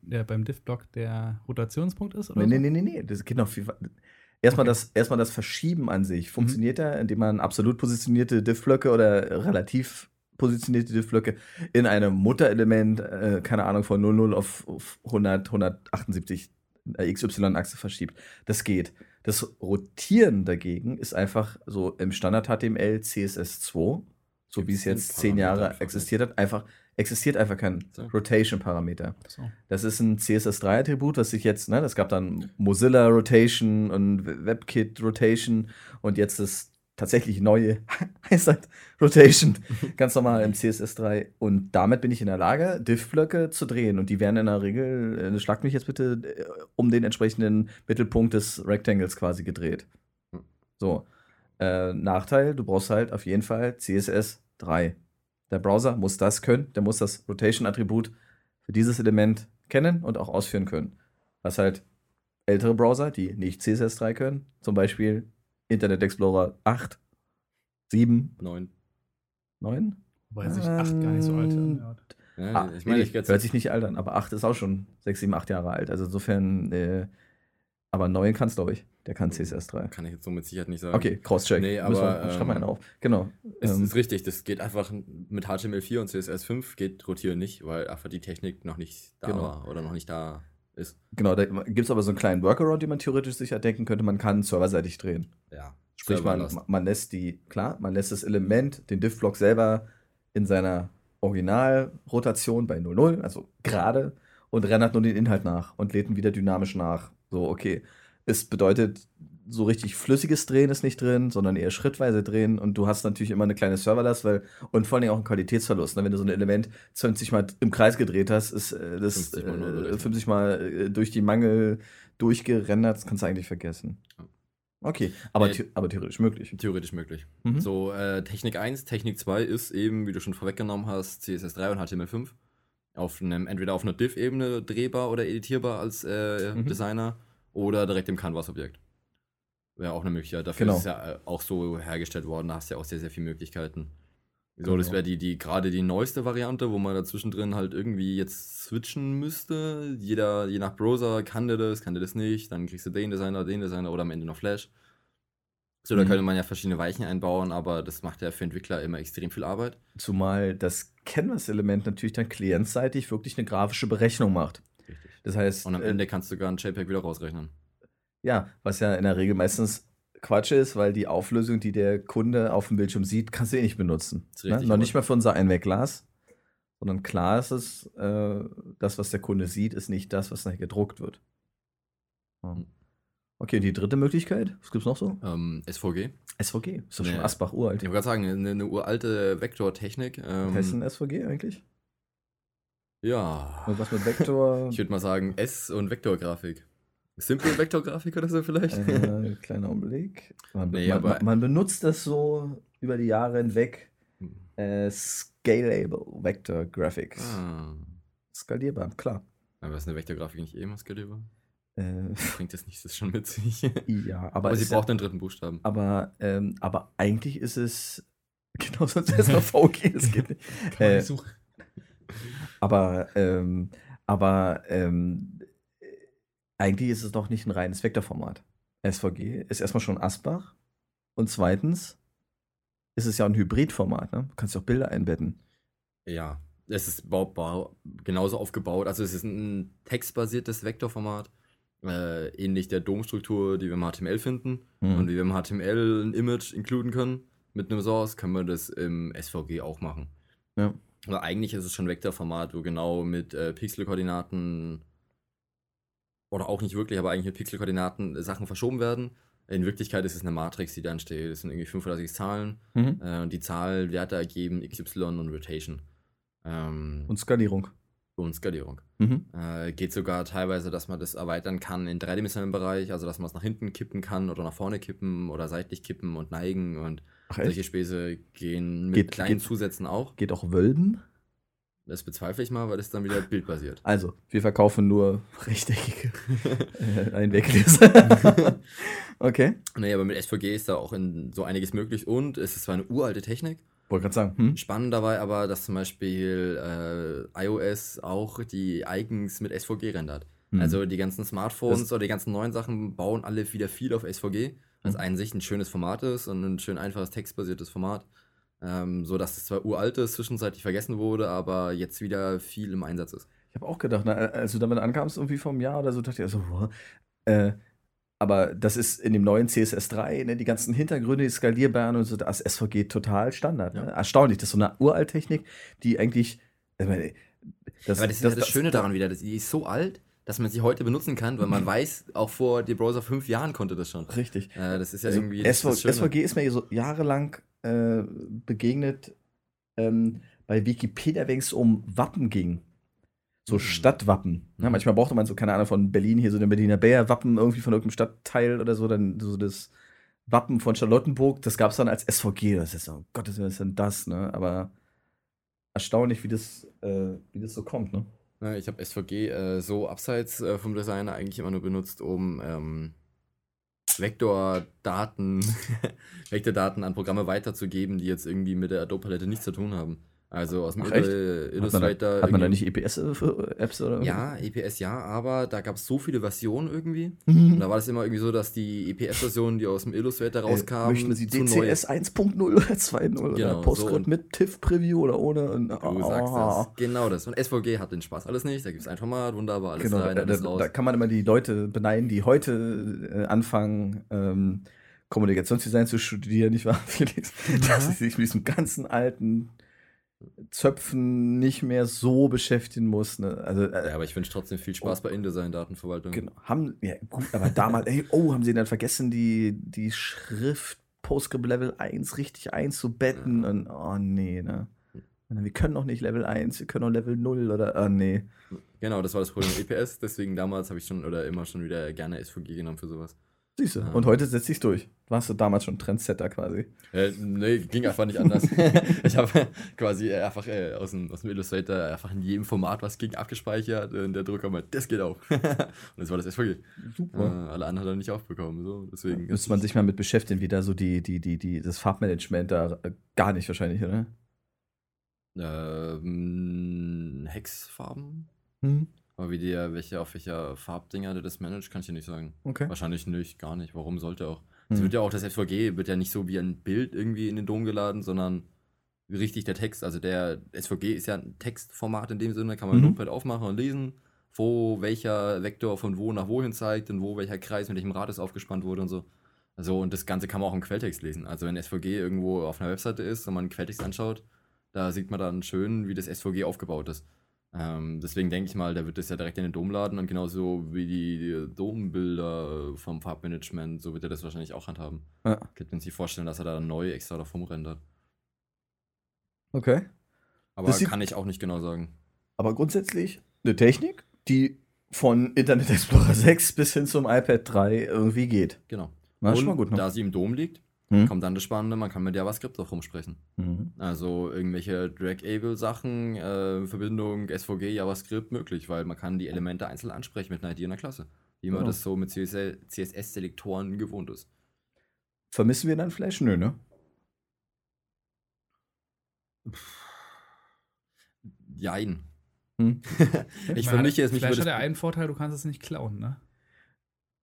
der Rotationspunkt ist, oder? Nee. Das geht noch viel weiter. Erstmal das Verschieben an sich funktioniert ja, indem man absolut positionierte Div-Blöcke oder relativ positionierte Div-Blöcke in einem Mutterelement, keine Ahnung, von 00 auf 100, 178 XY-Achse verschiebt. Das geht. Das Rotieren dagegen ist einfach so im Standard-HTML CSS2, so wie es jetzt 10 Jahre existiert hat, existiert einfach kein Rotation-Parameter. So. Das ist ein CSS3-Attribut, was sich jetzt, ne, das gab dann Mozilla Rotation und WebKit Rotation und jetzt das tatsächlich neue heißt halt Rotation, ganz normal im CSS3. Und damit bin ich in der Lage, Div-Blöcke zu drehen. Und die werden in der Regel, schlagt mich jetzt bitte, um den entsprechenden Mittelpunkt des Rectangles quasi gedreht. So. Nachteil, du brauchst halt auf jeden Fall CSS3. Der Browser muss das können, der muss das Rotation-Attribut für dieses Element kennen und auch ausführen können. Was halt ältere Browser, die nicht CSS3 können, zum Beispiel Internet Explorer 8, 7, 9? Wobei sich 8 gar nicht so alt anhört. Ja, ich meine, hört sich nicht alt an, aber 8 ist auch schon 6, 7, 8 Jahre alt. Also insofern, aber 9 kann es, glaube ich. Der kann CSS3. Kann ich jetzt so mit Sicherheit nicht sagen. Okay, Cross-Check. Nee, aber schreib mal einen auf. Genau. Ist richtig, das geht einfach mit HTML4 und CSS5 geht Rotieren nicht, weil einfach die Technik noch nicht da war oder noch nicht da ist. Genau, da gibt es aber so einen kleinen Workaround, den man theoretisch sich denken könnte, man kann serverseitig drehen. Ja. Sprich, man lässt das Element, den Div-Block selber in seiner Originalrotation bei 00, also gerade, und rendert nur den Inhalt nach und lädt ihn wieder dynamisch nach. So, okay. Es bedeutet, so richtig flüssiges Drehen ist nicht drin, sondern eher schrittweise drehen und du hast natürlich immer eine kleine Serverlast, und vor allem auch einen Qualitätsverlust. Ne? Wenn du so ein Element 20 Mal im Kreis gedreht hast, ist das 50 Mal durch die Mangel durchgerendert, das kannst du eigentlich vergessen. Okay, aber theoretisch möglich. Theoretisch möglich. So, Technik 1, Technik 2 ist eben, wie du schon vorweggenommen hast, CSS3 und HTML5. Entweder auf einer Div-Ebene drehbar oder editierbar als Designer oder direkt im Canvas-Objekt. Wäre auch eine Möglichkeit. Dafür ist es ja auch so hergestellt worden, da hast du ja auch sehr, sehr viele Möglichkeiten. So, das wäre gerade die neueste Variante, wo man dazwischen drin halt irgendwie jetzt switchen müsste. Je nach Browser kann der das nicht, dann kriegst du den Designer oder am Ende noch Flash. So, da könnte man ja verschiedene Weichen einbauen, aber das macht ja für Entwickler immer extrem viel Arbeit. Zumal das Canvas-Element natürlich dann klientseitig wirklich eine grafische Berechnung macht. Richtig. Das heißt, und am Ende kannst du sogar ein JPEG wieder rausrechnen. Ja, was ja in der Regel meistens Quatsch ist, weil die Auflösung, die der Kunde auf dem Bildschirm sieht, kannst du eh nicht benutzen. Richtig, Noch nicht mal für unser Einwegglas, sondern klar ist es, das, was der Kunde sieht, ist nicht das, was nachher gedruckt wird. Okay, die dritte Möglichkeit, was gibt's noch so? SVG. SVG, ist doch schon Asbach uralt. Ich wollte gerade sagen, eine uralte Vektortechnik. Was heißt denn SVG eigentlich? Ja. Und was mit Vektor? Ich würde mal sagen S- und Vektorgrafik. Simple Vektorgrafik oder so vielleicht? Kleiner Augenblick. Man benutzt das so über die Jahre hinweg. Scalable Vector Graphics. Skalierbar, klar. Aber ist eine Vektorgrafik nicht immer skalierbar? Bringt das nicht das schon mit sich? Ja, aber sie braucht einen dritten Buchstaben. Aber eigentlich ist es genau, sonst erstmal VG, das geht nicht. Kann man nicht suchen. Aber eigentlich ist es doch nicht ein reines Vektorformat. SVG ist erstmal schon Asbach und zweitens ist es ja ein Hybridformat, ne? Du kannst auch Bilder einbetten. Ja, es ist genauso aufgebaut. Also es ist ein textbasiertes Vektorformat, ähnlich der DOM-Struktur, die wir im HTML finden. Und wie wir im HTML ein Image inkluden können mit einem Source, können wir das im SVG auch machen. Ja. Aber eigentlich ist es schon ein Vektorformat, wo genau mit Pixelkoordinaten oder auch nicht wirklich, aber eigentlich mit Pixelkoordinaten Sachen verschoben werden. In Wirklichkeit ist es eine Matrix, die da entsteht. Das sind irgendwie 35 Zahlen. Und die Zahl Werte ergeben XY und Rotation. Und Skalierung. Und Skalierung. Mhm. Geht sogar teilweise, dass man das erweitern kann in dreidimensionalen Bereich, also dass man es nach hinten kippen kann oder nach vorne kippen oder seitlich kippen und neigen und solche Späße gehen mit kleinen Zusätzen auch. Geht auch Wölben? Das bezweifle ich mal, weil das dann wieder bildbasiert. Also, wir verkaufen nur rechteckige Einweggläser. Okay. Nee, aber mit SVG ist da auch so einiges möglich und es ist zwar eine uralte Technik. Wollte gerade sagen. Spannend dabei aber, dass zum Beispiel iOS auch die Icons mit SVG rendert. Also die ganzen Smartphones oder die ganzen neuen Sachen bauen alle wieder viel auf SVG, was an sich ein schönes Format ist und ein schön einfaches textbasiertes Format. So dass es zwar uralt ist, zwischenzeitlich vergessen wurde, aber jetzt wieder viel im Einsatz ist. Ich habe auch gedacht, als du damit ankamst, irgendwie vom Jahr oder so, dachte ich so, aber das ist in dem neuen CSS3, ne, die ganzen Hintergründe, die skalierbaren und so, da ist SVG total Standard. Ne? Erstaunlich, das ist so eine Uralttechnik, die eigentlich. Aber das ist ja das Schöne daran wieder, die ist so alt, dass man sie heute benutzen kann, weil man weiß, auch vor dem Browser 5 Jahren konnte das schon. Richtig. Das ist ja also irgendwie. Das SVG ist mir so jahrelang begegnet bei Wikipedia, wenn es um Wappen ging. So Stadtwappen. Ja, manchmal brauchte man so, keine Ahnung, von Berlin hier so den Berliner Bär-Wappen irgendwie von irgendeinem Stadtteil oder so, dann so das Wappen von Charlottenburg, das gab es dann als SVG. Das ist so, Gottes Willen, was ist denn das, ne? Aber erstaunlich, wie das so kommt, ne? Ja, ich habe SVG so abseits vom Designer eigentlich immer nur benutzt, um Vektordaten an Programme weiterzugeben, die jetzt irgendwie mit der Adobe-Palette nichts zu tun haben. Also aus dem Illustrator. Hat man da nicht EPS-Apps oder? Ja, EPS ja, aber da gab es so viele Versionen irgendwie. Und da war das immer irgendwie so, dass die EPS-Versionen, die aus dem Illustrator rauskamen, möchten Sie DCS 1.0 oder 2.0 oder PostScript mit TIFF-Preview oder ohne? Und, du sagst das. Genau das. Und SVG hat den Spaß alles nicht. Da gibt es ein Format, wunderbar, alles rein, alles raus. Da kann man immer die Leute beneiden, die heute anfangen, Kommunikationsdesign zu studieren, nicht wahr, Felix? Dass sie sich mit diesem ganzen alten Zöpfen nicht mehr so beschäftigen muss. Ne? Also, ja, aber ich wünsche trotzdem viel Spaß bei InDesign-Datenverwaltung. Genau. Gut, aber damals, haben sie dann vergessen, die Schrift PostScript Level 1 richtig einzubetten? Und, oh nee, ne? Wir können noch nicht Level 1, wir können noch Level 0 oder, nee. Genau, das war das Problem mit EPS, deswegen damals habe ich immer schon wieder gerne SVG genommen für sowas. Siehst du, und heute setzt sich's durch. Warst du damals schon Trendsetter quasi? Nee, ging einfach nicht anders. Ich habe quasi einfach aus dem Illustrator einfach in jedem Format was ging abgespeichert und der Drucker meint, das geht auf. Und das war das SVG. Super. Alle anderen hat er nicht aufbekommen. So. Deswegen müsste man sich mal mit beschäftigen, wie da so das Farbmanagement da gar nicht wahrscheinlich, oder? Hexfarben? Aber auf welcher Farbdinger der das managt, kann ich dir nicht sagen. Okay. Wahrscheinlich nicht, gar nicht. Warum sollte auch? Es wird ja auch, das SVG wird ja nicht so wie ein Bild irgendwie in den Dom geladen, sondern richtig der Text. Also der SVG ist ja ein Textformat in dem Sinne, kann man ein Notepad aufmachen und lesen, wo welcher Vektor von wo nach wohin zeigt und wo welcher Kreis mit welchem Radius aufgespannt wurde und so. Also, und das Ganze kann man auch im Quelltext lesen. Also wenn SVG irgendwo auf einer Webseite ist und man einen Quelltext anschaut, da sieht man dann schön, wie das SVG aufgebaut ist. Deswegen denke ich mal, der wird das ja direkt in den Dom laden und genauso wie die Dombilder vom Farbmanagement, so wird er das wahrscheinlich auch handhaben. Ja. Könnte man sich vorstellen, dass er da neu extra davon rendert. Okay. Aber kann ich auch nicht genau sagen. Aber grundsätzlich eine Technik, die von Internet Explorer 6 bis hin zum iPad 3 irgendwie geht. Genau. Na, und schon mal gut, ne? Da sie im Dom liegt, kommt dann das Spannende, man kann mit JavaScript auch rumsprechen. Also irgendwelche Drag-Able-Sachen, Verbindung SVG, JavaScript möglich, weil man kann die Elemente einzeln ansprechen mit einer ID in der Klasse. Wie man das so mit CSS-Selektoren gewohnt ist. Vermissen wir dann Flash? Nö, ne? Jein. Ich vermisse es mich. Flash hat ja einen Vorteil, du kannst es nicht klauen, ne?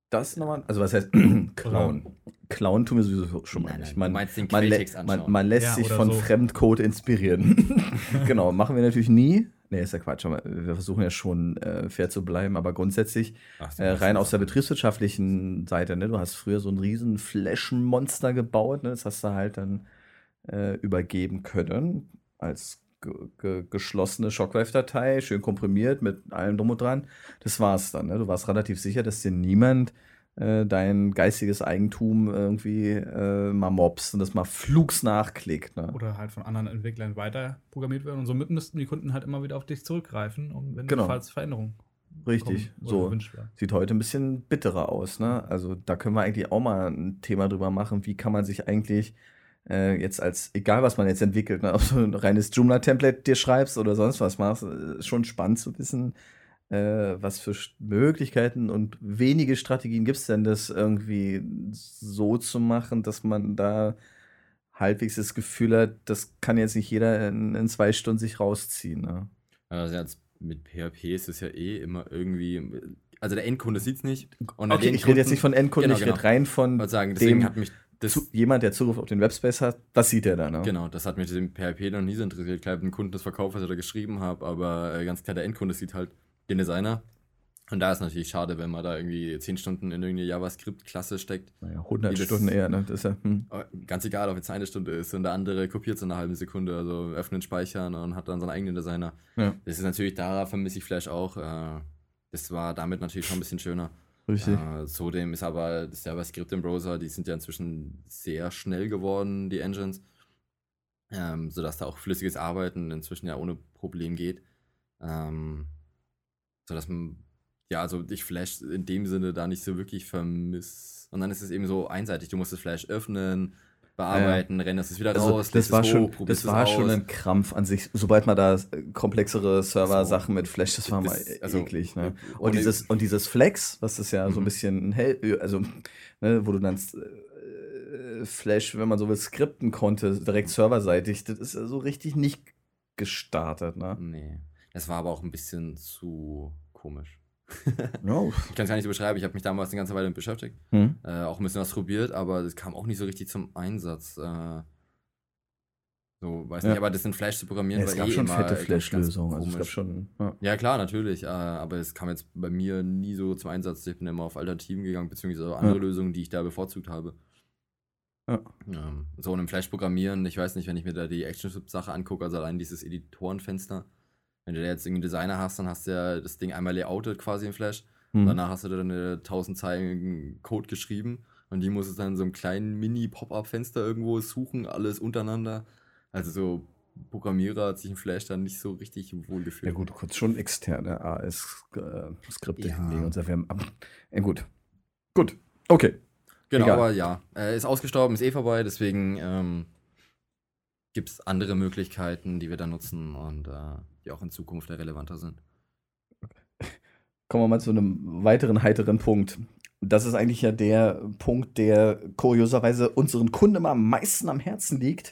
das nochmal? Also was heißt klauen? Klauen tun wir sowieso schon mal nicht. Du meinst den Man, Quelltext anschauen. man lässt Ja, sich oder von so. Fremdcode inspirieren. Genau, machen wir natürlich nie. Nee, ist ja Quatsch. Aber wir versuchen ja schon fair zu bleiben, aber grundsätzlich Ach so, rein aus der betriebswirtschaftlichen Seite, ne? Du hast früher so ein riesen Flash-Monster gebaut, ne? Das hast du halt dann übergeben können als geschlossene Shockwave-Datei, schön komprimiert mit allem drum und dran. Das war's dann. Ne? Du warst relativ sicher, dass dir niemand dein geistiges Eigentum irgendwie mal mobst und das mal flugs nachklickt. Ne? Oder halt von anderen Entwicklern weiter programmiert werden. Und somit müssten die Kunden halt immer wieder auf dich zurückgreifen, wenn Genau. falls Veränderungen Richtig, kommen oder so. gewünscht werden. Sieht heute ein bisschen bitterer aus, ne? Also da können wir eigentlich auch mal ein Thema drüber machen, wie kann man sich eigentlich jetzt als, egal was man jetzt entwickelt, ne, ob du ein reines Joomla-Template dir schreibst oder sonst was machst, ist schon spannend zu wissen, was für Möglichkeiten und wenige Strategien gibt es denn, das irgendwie so zu machen, dass man da halbwegs das Gefühl hat, das kann jetzt nicht jeder in 2 Stunden sich rausziehen. Ne? Also jetzt mit PHP ist es ja immer irgendwie. Also der Endkunde sieht es nicht. Und Okay, ich rede jetzt nicht von Endkunden, Genau, ich rede rein von Ich wollte sagen, deswegen dem hat mich das. jemand, der Zugriff auf den Webspace hat, was sieht der da? Ne? Genau, das hat mich im PHP noch nie so interessiert. Klar, ich habe einen Kunden das verkauft, was ich da geschrieben habe, aber ganz klar, der Endkunde sieht halt den Designer. Und da ist natürlich schade, wenn man da irgendwie 10 Stunden in irgendeine JavaScript-Klasse steckt. Naja, 100 Wie das- Stunden eher, ne? Das ist ja, Ganz egal, ob jetzt eine Stunde ist und der andere kopiert so eine halbe Sekunde, also öffnen, speichern und hat dann seinen eigenen Designer. Ja. Das ist natürlich, da vermisse ich Flash auch. Das war damit natürlich schon ein bisschen schöner. Richtig. Zudem ist aber das JavaScript im Browser, die sind ja inzwischen sehr schnell geworden, die Engines. Sodass da auch flüssiges Arbeiten inzwischen ja ohne Problem geht. Sodass man, ja, also ich Flash in dem Sinne da nicht so wirklich vermisse. Und dann ist es eben so einseitig. Du musst das Flash öffnen, bearbeiten, renderst es wieder Also, raus, das lässt war es schon, hoch, probierst das war es schon aus. ein Krampf an sich. Sobald man da komplexere Server-Sachen So. mit Flash, das war mal Das- also, eklig. Ne? ohne- Und dieses Flex, was ist ja so ein Mhm. bisschen hell, also ne, wo du dann Flash, wenn man so will, skripten konnte, direkt serverseitig, das ist ja so richtig nicht gestartet. Ne? Nee. Das war aber auch ein bisschen zu komisch. No. Ich kann es gar nicht so beschreiben. Ich habe mich damals eine ganze Weile damit beschäftigt. Auch ein bisschen was probiert, aber das kam auch nicht so richtig zum Einsatz. So, weiß Ja. nicht, aber das in Flash zu programmieren Ja, es gab schon immer fette ganz Flash-Lösungen. Also es komisch. gab schon. Ja. Ja, klar, natürlich. Aber es kam jetzt bei mir nie so zum Einsatz. Ich bin immer auf Alternativen gegangen, beziehungsweise andere Lösungen, die ich da bevorzugt habe. Ja. So und im Flash programmieren, ich weiß nicht, wenn ich mir da die ActionScript-Sache angucke, also allein dieses Editorenfenster. Wenn du da jetzt irgendeinen Designer hast, dann hast du ja das Ding einmal layoutet quasi im Flash. Danach hast du dann 1000 Zeilen Code geschrieben und die muss es dann in so einem kleinen Mini-Pop-Up-Fenster irgendwo suchen, alles untereinander. Also so Programmierer hat sich im Flash dann nicht so richtig wohlgefühlt. Ja gut, kurz schon externe AS-Skripte Ja. hinlegen und sagen, ja gut. Gut, okay. Genau, Egal. aber ja, ist ausgestorben, ist vorbei, deswegen gibt es andere Möglichkeiten, die wir dann nutzen und die auch in Zukunft relevanter sind. Kommen wir mal zu einem weiteren heiteren Punkt. Das ist eigentlich ja der Punkt, der kurioserweise unseren Kunden immer am meisten am Herzen liegt.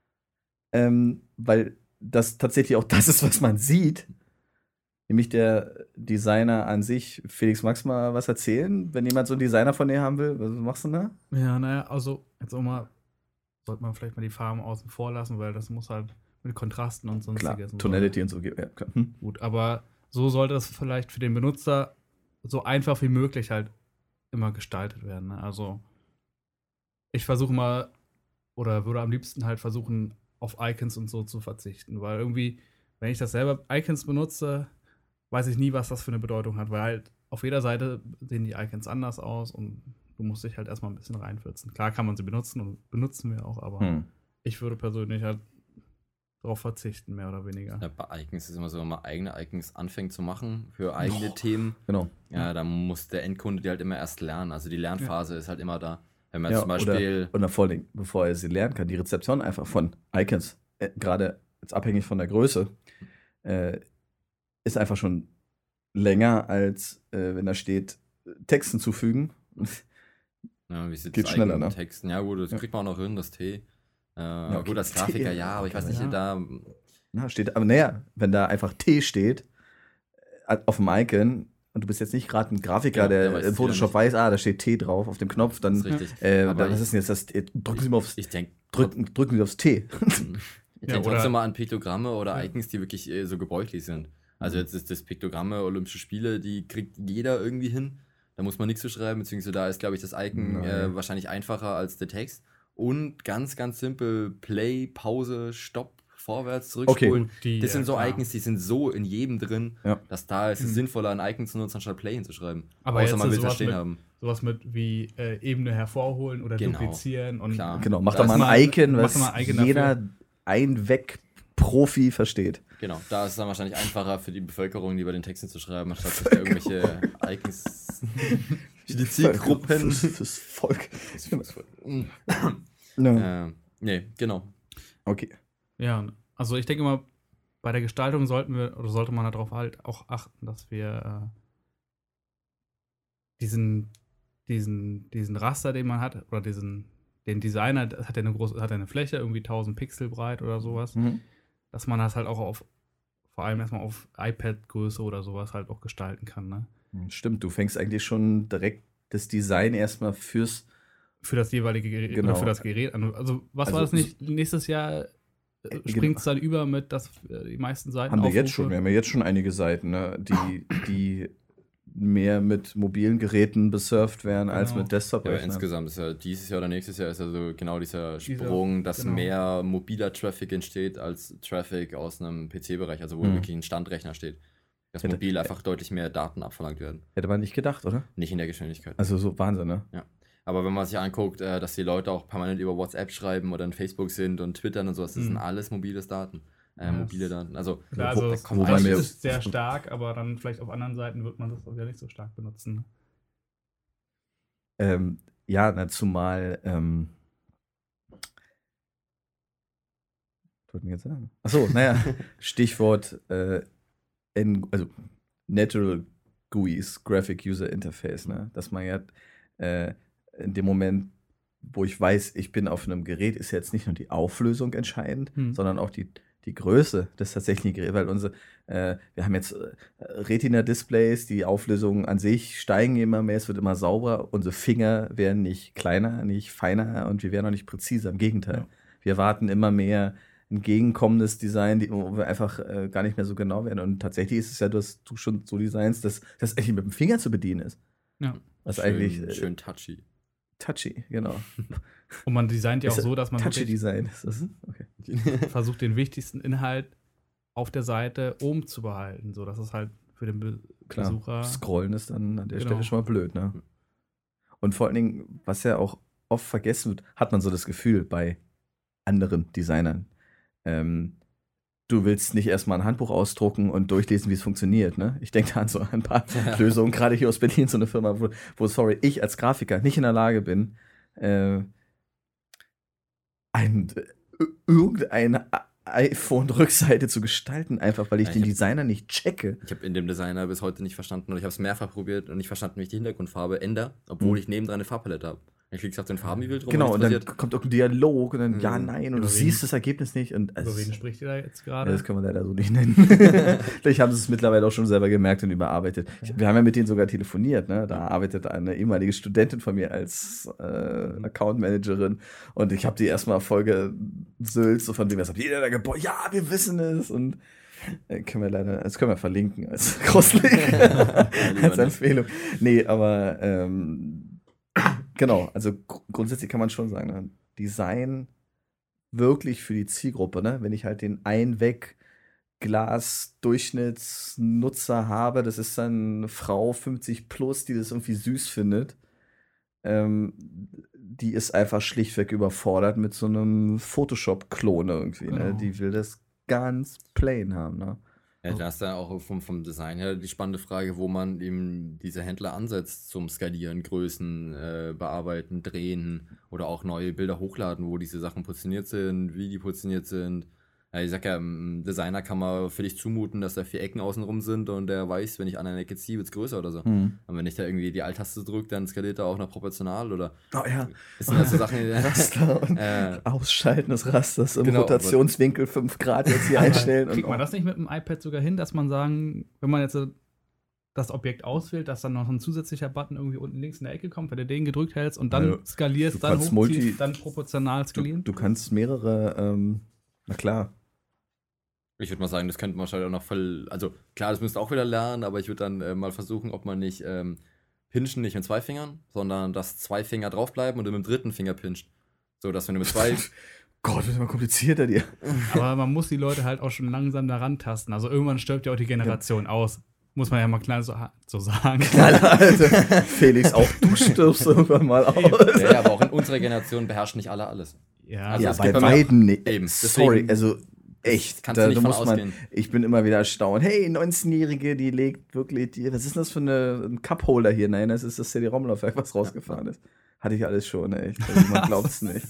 Weil das tatsächlich auch das ist, was man sieht. Nämlich der Designer an sich. Felix, magst du mal was erzählen? Wenn jemand so einen Designer von dir haben will, was machst du da? Ja, naja, also jetzt auch mal, sollte man vielleicht mal die Farben außen vor lassen, weil das muss halt mit Kontrasten und Klar, sonstiges. und so. Tonality und so. Ja, klar. Gut, aber so sollte das vielleicht für den Benutzer so einfach wie möglich halt immer gestaltet werden. Ne? Also ich versuche mal oder würde am liebsten halt versuchen, auf Icons und so zu verzichten, weil irgendwie, wenn ich das selber Icons benutze, weiß ich nie, was das für eine Bedeutung hat, weil halt auf jeder Seite sehen die Icons anders aus und du musst dich halt erstmal ein bisschen reinfürzen. Klar kann man sie benutzen und benutzen wir auch, aber ich würde persönlich halt darauf verzichten, mehr oder weniger. Ja, bei Icons ist es immer so, wenn man eigene Icons anfängt zu machen für eigene Themen, Genau. ja, dann muss der Endkunde die halt immer erst lernen. Also die Lernphase ist halt immer da. Wenn man Ja, zum Beispiel. oder vor allem, bevor er sie lernen kann, die Rezeption einfach von Icons, gerade jetzt abhängig von der Größe, ist einfach schon länger, als wenn da steht, Text hinzufügen. Ja, wie sieht Geht das schneller, eigenen ne? Texten? Ja, gut, das Ja. kriegt man auch noch hin, das T. okay, Gut, als T, Grafiker ja, aber ich weiß nicht, ja. Na, steht, aber naja, wenn da einfach T steht, auf dem Icon, und du bist jetzt nicht gerade ein Grafiker, Ja, der der weiß im es Photoshop wieder weiß, da steht T drauf auf dem Knopf, dann, Das ist richtig. Aber was ist denn jetzt das? Drücken Sie mal aufs, Ich denke drücken Sie aufs T. Ich Ja, denke oder- trotzdem mal an Piktogramme oder Ja. Icons, die wirklich so gebräuchlich sind. Also jetzt ist das Piktogramme, Olympische Spiele, die kriegt jeder irgendwie hin. Da muss man nichts zu schreiben, beziehungsweise da ist, glaube ich, das Icon Nein. wahrscheinlich einfacher als der Text. Und ganz, ganz simpel, Play, Pause, Stopp, vorwärts, zurückspulen. Die, Das sind so klar. Icons, die sind so in jedem drin, Ja. dass da ist es sinnvoller, ein Icon zu nutzen, anstatt Play hinzuschreiben. Aber Außer jetzt man will es da sowas stehen mit- haben. Sowas mit wie Ebene hervorholen oder Genau. duplizieren und Klar. Genau, mach Da doch ist mal mal- ein Icon, mach was doch mal ein Icon jeder Einweg-Profi versteht. Genau, da ist es dann wahrscheinlich einfacher für die Bevölkerung, lieber den Texten zu schreiben, anstatt sich da irgendwelche Icons für die Zielgruppen. Fürs Volk. Mm. No. Nee, genau. Okay. ja, also ich denke mal, bei der Gestaltung sollte man darauf halt auch achten, dass wir diesen Raster, den man hat, oder den Designer, das hat ja eine Fläche, irgendwie 1000 Pixel breit oder sowas, Mhm. dass man das halt auch vor allem erstmal auf iPad-Größe oder sowas halt auch gestalten kann, ne? Stimmt, du fängst eigentlich schon direkt das Design erstmal für das jeweilige Gerät Genau. oder für das Gerät an. Also, was Also war das nicht? Nächstes Jahr springt es dann über mit, dass die meisten Seiten haben wir jetzt Aufrufe- schon. Wir haben ja jetzt schon einige Seiten, ne, die mehr mit mobilen Geräten besurft werden als Genau. mit desktop Ja, aber insgesamt ist ja dieses Jahr oder nächstes Jahr ist ja so genau dieser Sprung, dass genau. mehr mobiler Traffic entsteht als Traffic aus einem PC-Bereich, also wo Mhm. wirklich ein Standrechner steht. Dass Hätte- mobil einfach deutlich mehr Daten abverlangt werden. Hätte man nicht gedacht, oder? Nicht in der Geschwindigkeit. Also so Wahnsinn, ne? Aber wenn man sich anguckt, dass die Leute auch permanent über WhatsApp schreiben oder in Facebook sind und Twittern und sowas, das sind alles mobiles Daten. Ja, Mobile Daten. Also, Klar, Wo- also das wobei eigentlich mir- ist sehr stark, aber dann vielleicht auf anderen Seiten wird man das auch wieder nicht so stark benutzen. Ja, na, zumal was wollten wir jetzt sagen? Achso, naja, Stichwort also Natural GUIs, Graphic User Interface, ne? Dass man ja in dem Moment, wo ich weiß, ich bin auf einem Gerät, ist jetzt nicht nur die Auflösung entscheidend, sondern auch die Größe des tatsächlichen Geräts, weil wir haben jetzt Retina-Displays, die Auflösungen an sich steigen immer mehr, es wird immer sauberer, unsere Finger werden nicht kleiner, nicht feiner und wir werden auch nicht präziser, im Gegenteil. Ja. Wir erwarten immer mehr entgegenkommendes Design, wo wir einfach gar nicht mehr so genau werden. Und tatsächlich ist es ja, dass du schon so Designs, dass das eigentlich mit dem Finger zu bedienen ist. Ja. Was schön, eigentlich schön touchy. touchy, genau. Und man designt ja auch Ist so, dass man Touchy wirklich Design. Ist das? Okay. versucht, den wichtigsten Inhalt auf der Seite oben zu behalten, so dass es halt für den Klar, Besucher. Scrollen ist dann an der Genau. Stelle schon mal blöd, ne? Und vor allen Dingen, was ja auch oft vergessen wird, hat man so das Gefühl bei anderen Designern. Du willst nicht erstmal ein Handbuch ausdrucken und durchlesen, wie es funktioniert, ne? Ich denke da an so ein paar Lösungen, gerade hier aus Berlin, so eine Firma, wo, sorry, ich als Grafiker nicht in der Lage bin, irgendeine iPhone-Rückseite zu gestalten, einfach weil ich Ja, den ich hab- Designer nicht checke. Ich habe in dem Designer bis heute nicht verstanden, oder ich habe es mehrfach probiert und nicht verstanden, wie ich die Hintergrundfarbe ändere, obwohl ich nebendran eine Farbpalette habe. Ich klick's auf den Farben wie wild rum. Genau, und nichts dann passiert. kommt irgendein Dialog und dann ja, Mhm. nein, und du Über wen- siehst das Ergebnis nicht. Und Über wen spricht ihr da jetzt gerade? das können wir leider so nicht nennen. Vielleicht haben sie es mittlerweile auch schon selber gemerkt und überarbeitet. Wir haben ja mit denen sogar telefoniert, ne? Da arbeitet eine ehemalige Studentin von mir als Account Managerin und ich habe die erstmal Folge Sylt, so von dem, was habt ihr da gebaut? Ja, wir wissen es und das können wir verlinken als Crosslink, als Empfehlung. Nee, aber genau, also grundsätzlich kann man schon sagen, ne? Design wirklich für die Zielgruppe, ne? Wenn ich halt den Einweg-Glas-Durchschnittsnutzer habe, das ist dann eine Frau 50 plus, die das irgendwie süß findet, die ist einfach schlichtweg überfordert mit so einem Photoshop-Klon irgendwie, ne? Genau. Die will das ganz plain haben, ne? Ja, da ist dann auch vom Design her die spannende Frage, wo man eben diese Händler ansetzt zum Skalieren, Größen, bearbeiten, drehen oder auch neue Bilder hochladen, wo diese Sachen positioniert sind, wie die positioniert sind. Ja, ich sag ja, einem Designer kann man völlig zumuten, dass da 4 Ecken außenrum sind und der weiß, wenn ich an einer Ecke ziehe, wird es größer oder so. Und wenn ich da irgendwie die Alt-Taste drücke, dann skaliert er auch noch proportional oder. Oh ja, Das sind halt so Sachen, Raster und Ausschalten des Rasters im Genau, Rotationswinkel 5 Grad jetzt hier einstellen. Kriegt und man das nicht mit dem iPad sogar hin, dass man sagen, wenn man jetzt das Objekt auswählt, dass dann noch ein zusätzlicher Button irgendwie unten links in der Ecke kommt, wenn du den gedrückt hältst und dann skalierst, dann hochziehst, dann proportional skalieren? Du kannst mehrere, na klar. Ich würde mal sagen, das könnte man wahrscheinlich auch noch voll, also klar, das müsst ihr auch wieder lernen, aber ich würde dann mal versuchen, ob man nicht pinchen nicht mit 2 Fingern, sondern dass 2 Finger draufbleiben und du mit dem 3. Finger pincht. So, dass wenn du mit 2... Gott, das ist immer komplizierter dir. Aber man muss die Leute halt auch schon langsam daran tasten. Also irgendwann stirbt ja auch die Generation aus. Muss man ja mal klar so sagen. Alter, Felix, auch du stirbst irgendwann mal aus. Ja, aber auch in unserer Generation beherrschen nicht alle alles. Ja, Also Ja, es bei gibt beiden nicht. Eben, Sorry, deswegen- also echt. kannst du nicht von ausgehen. Ich bin immer wieder erstaunt. Hey, 19-Jährige, die legt wirklich, was ist denn das für ein Cup-Holder hier? Nein, das ist das CD-ROM-Laufwerk, was rausgefahren ist. Hatte ich alles schon, echt. Also man glaubt es nicht.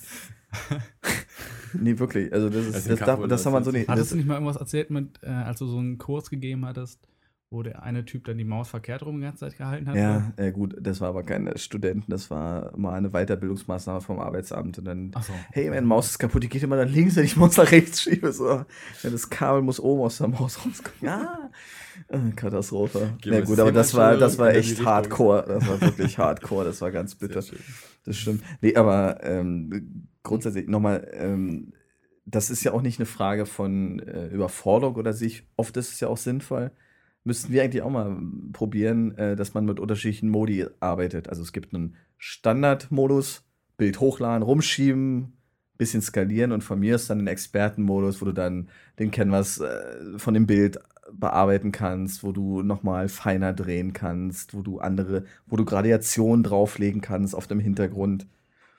Nee, wirklich. Also das haben wir so nicht. Hattest du nicht mal irgendwas erzählt mit, als du so einen Kurs gegeben hattest, wo der eine Typ dann die Maus verkehrt rum die ganze Zeit gehalten hat? Ja, gut, das war aber keine Studenten, das war mal eine Weiterbildungsmaßnahme vom Arbeitsamt. Und dann, Ach so. hey, meine Maus ist kaputt, die geht immer nach links, wenn ich Maus nach rechts schiebe. So. Ja, das Kabel muss oben aus der Maus rauskommen. Ja, Katastrophe. Gehen Ja wir gut, aber das war in die echt Richtung. Hardcore. Das war wirklich Hardcore, das war ganz bitter. Sehr schön. Das stimmt. Nee, aber grundsätzlich nochmal, das ist ja auch nicht eine Frage von Überforderung oder sich. Oft ist es ja auch sinnvoll. Müssten wir eigentlich auch mal probieren, dass man mit unterschiedlichen Modi arbeitet. Also es gibt einen Standardmodus, Bild hochladen, rumschieben, bisschen skalieren und von mir ist dann ein Expertenmodus, wo du dann den Canvas von dem Bild bearbeiten kannst, wo du nochmal feiner drehen kannst, wo du Gradationen drauflegen kannst auf dem Hintergrund.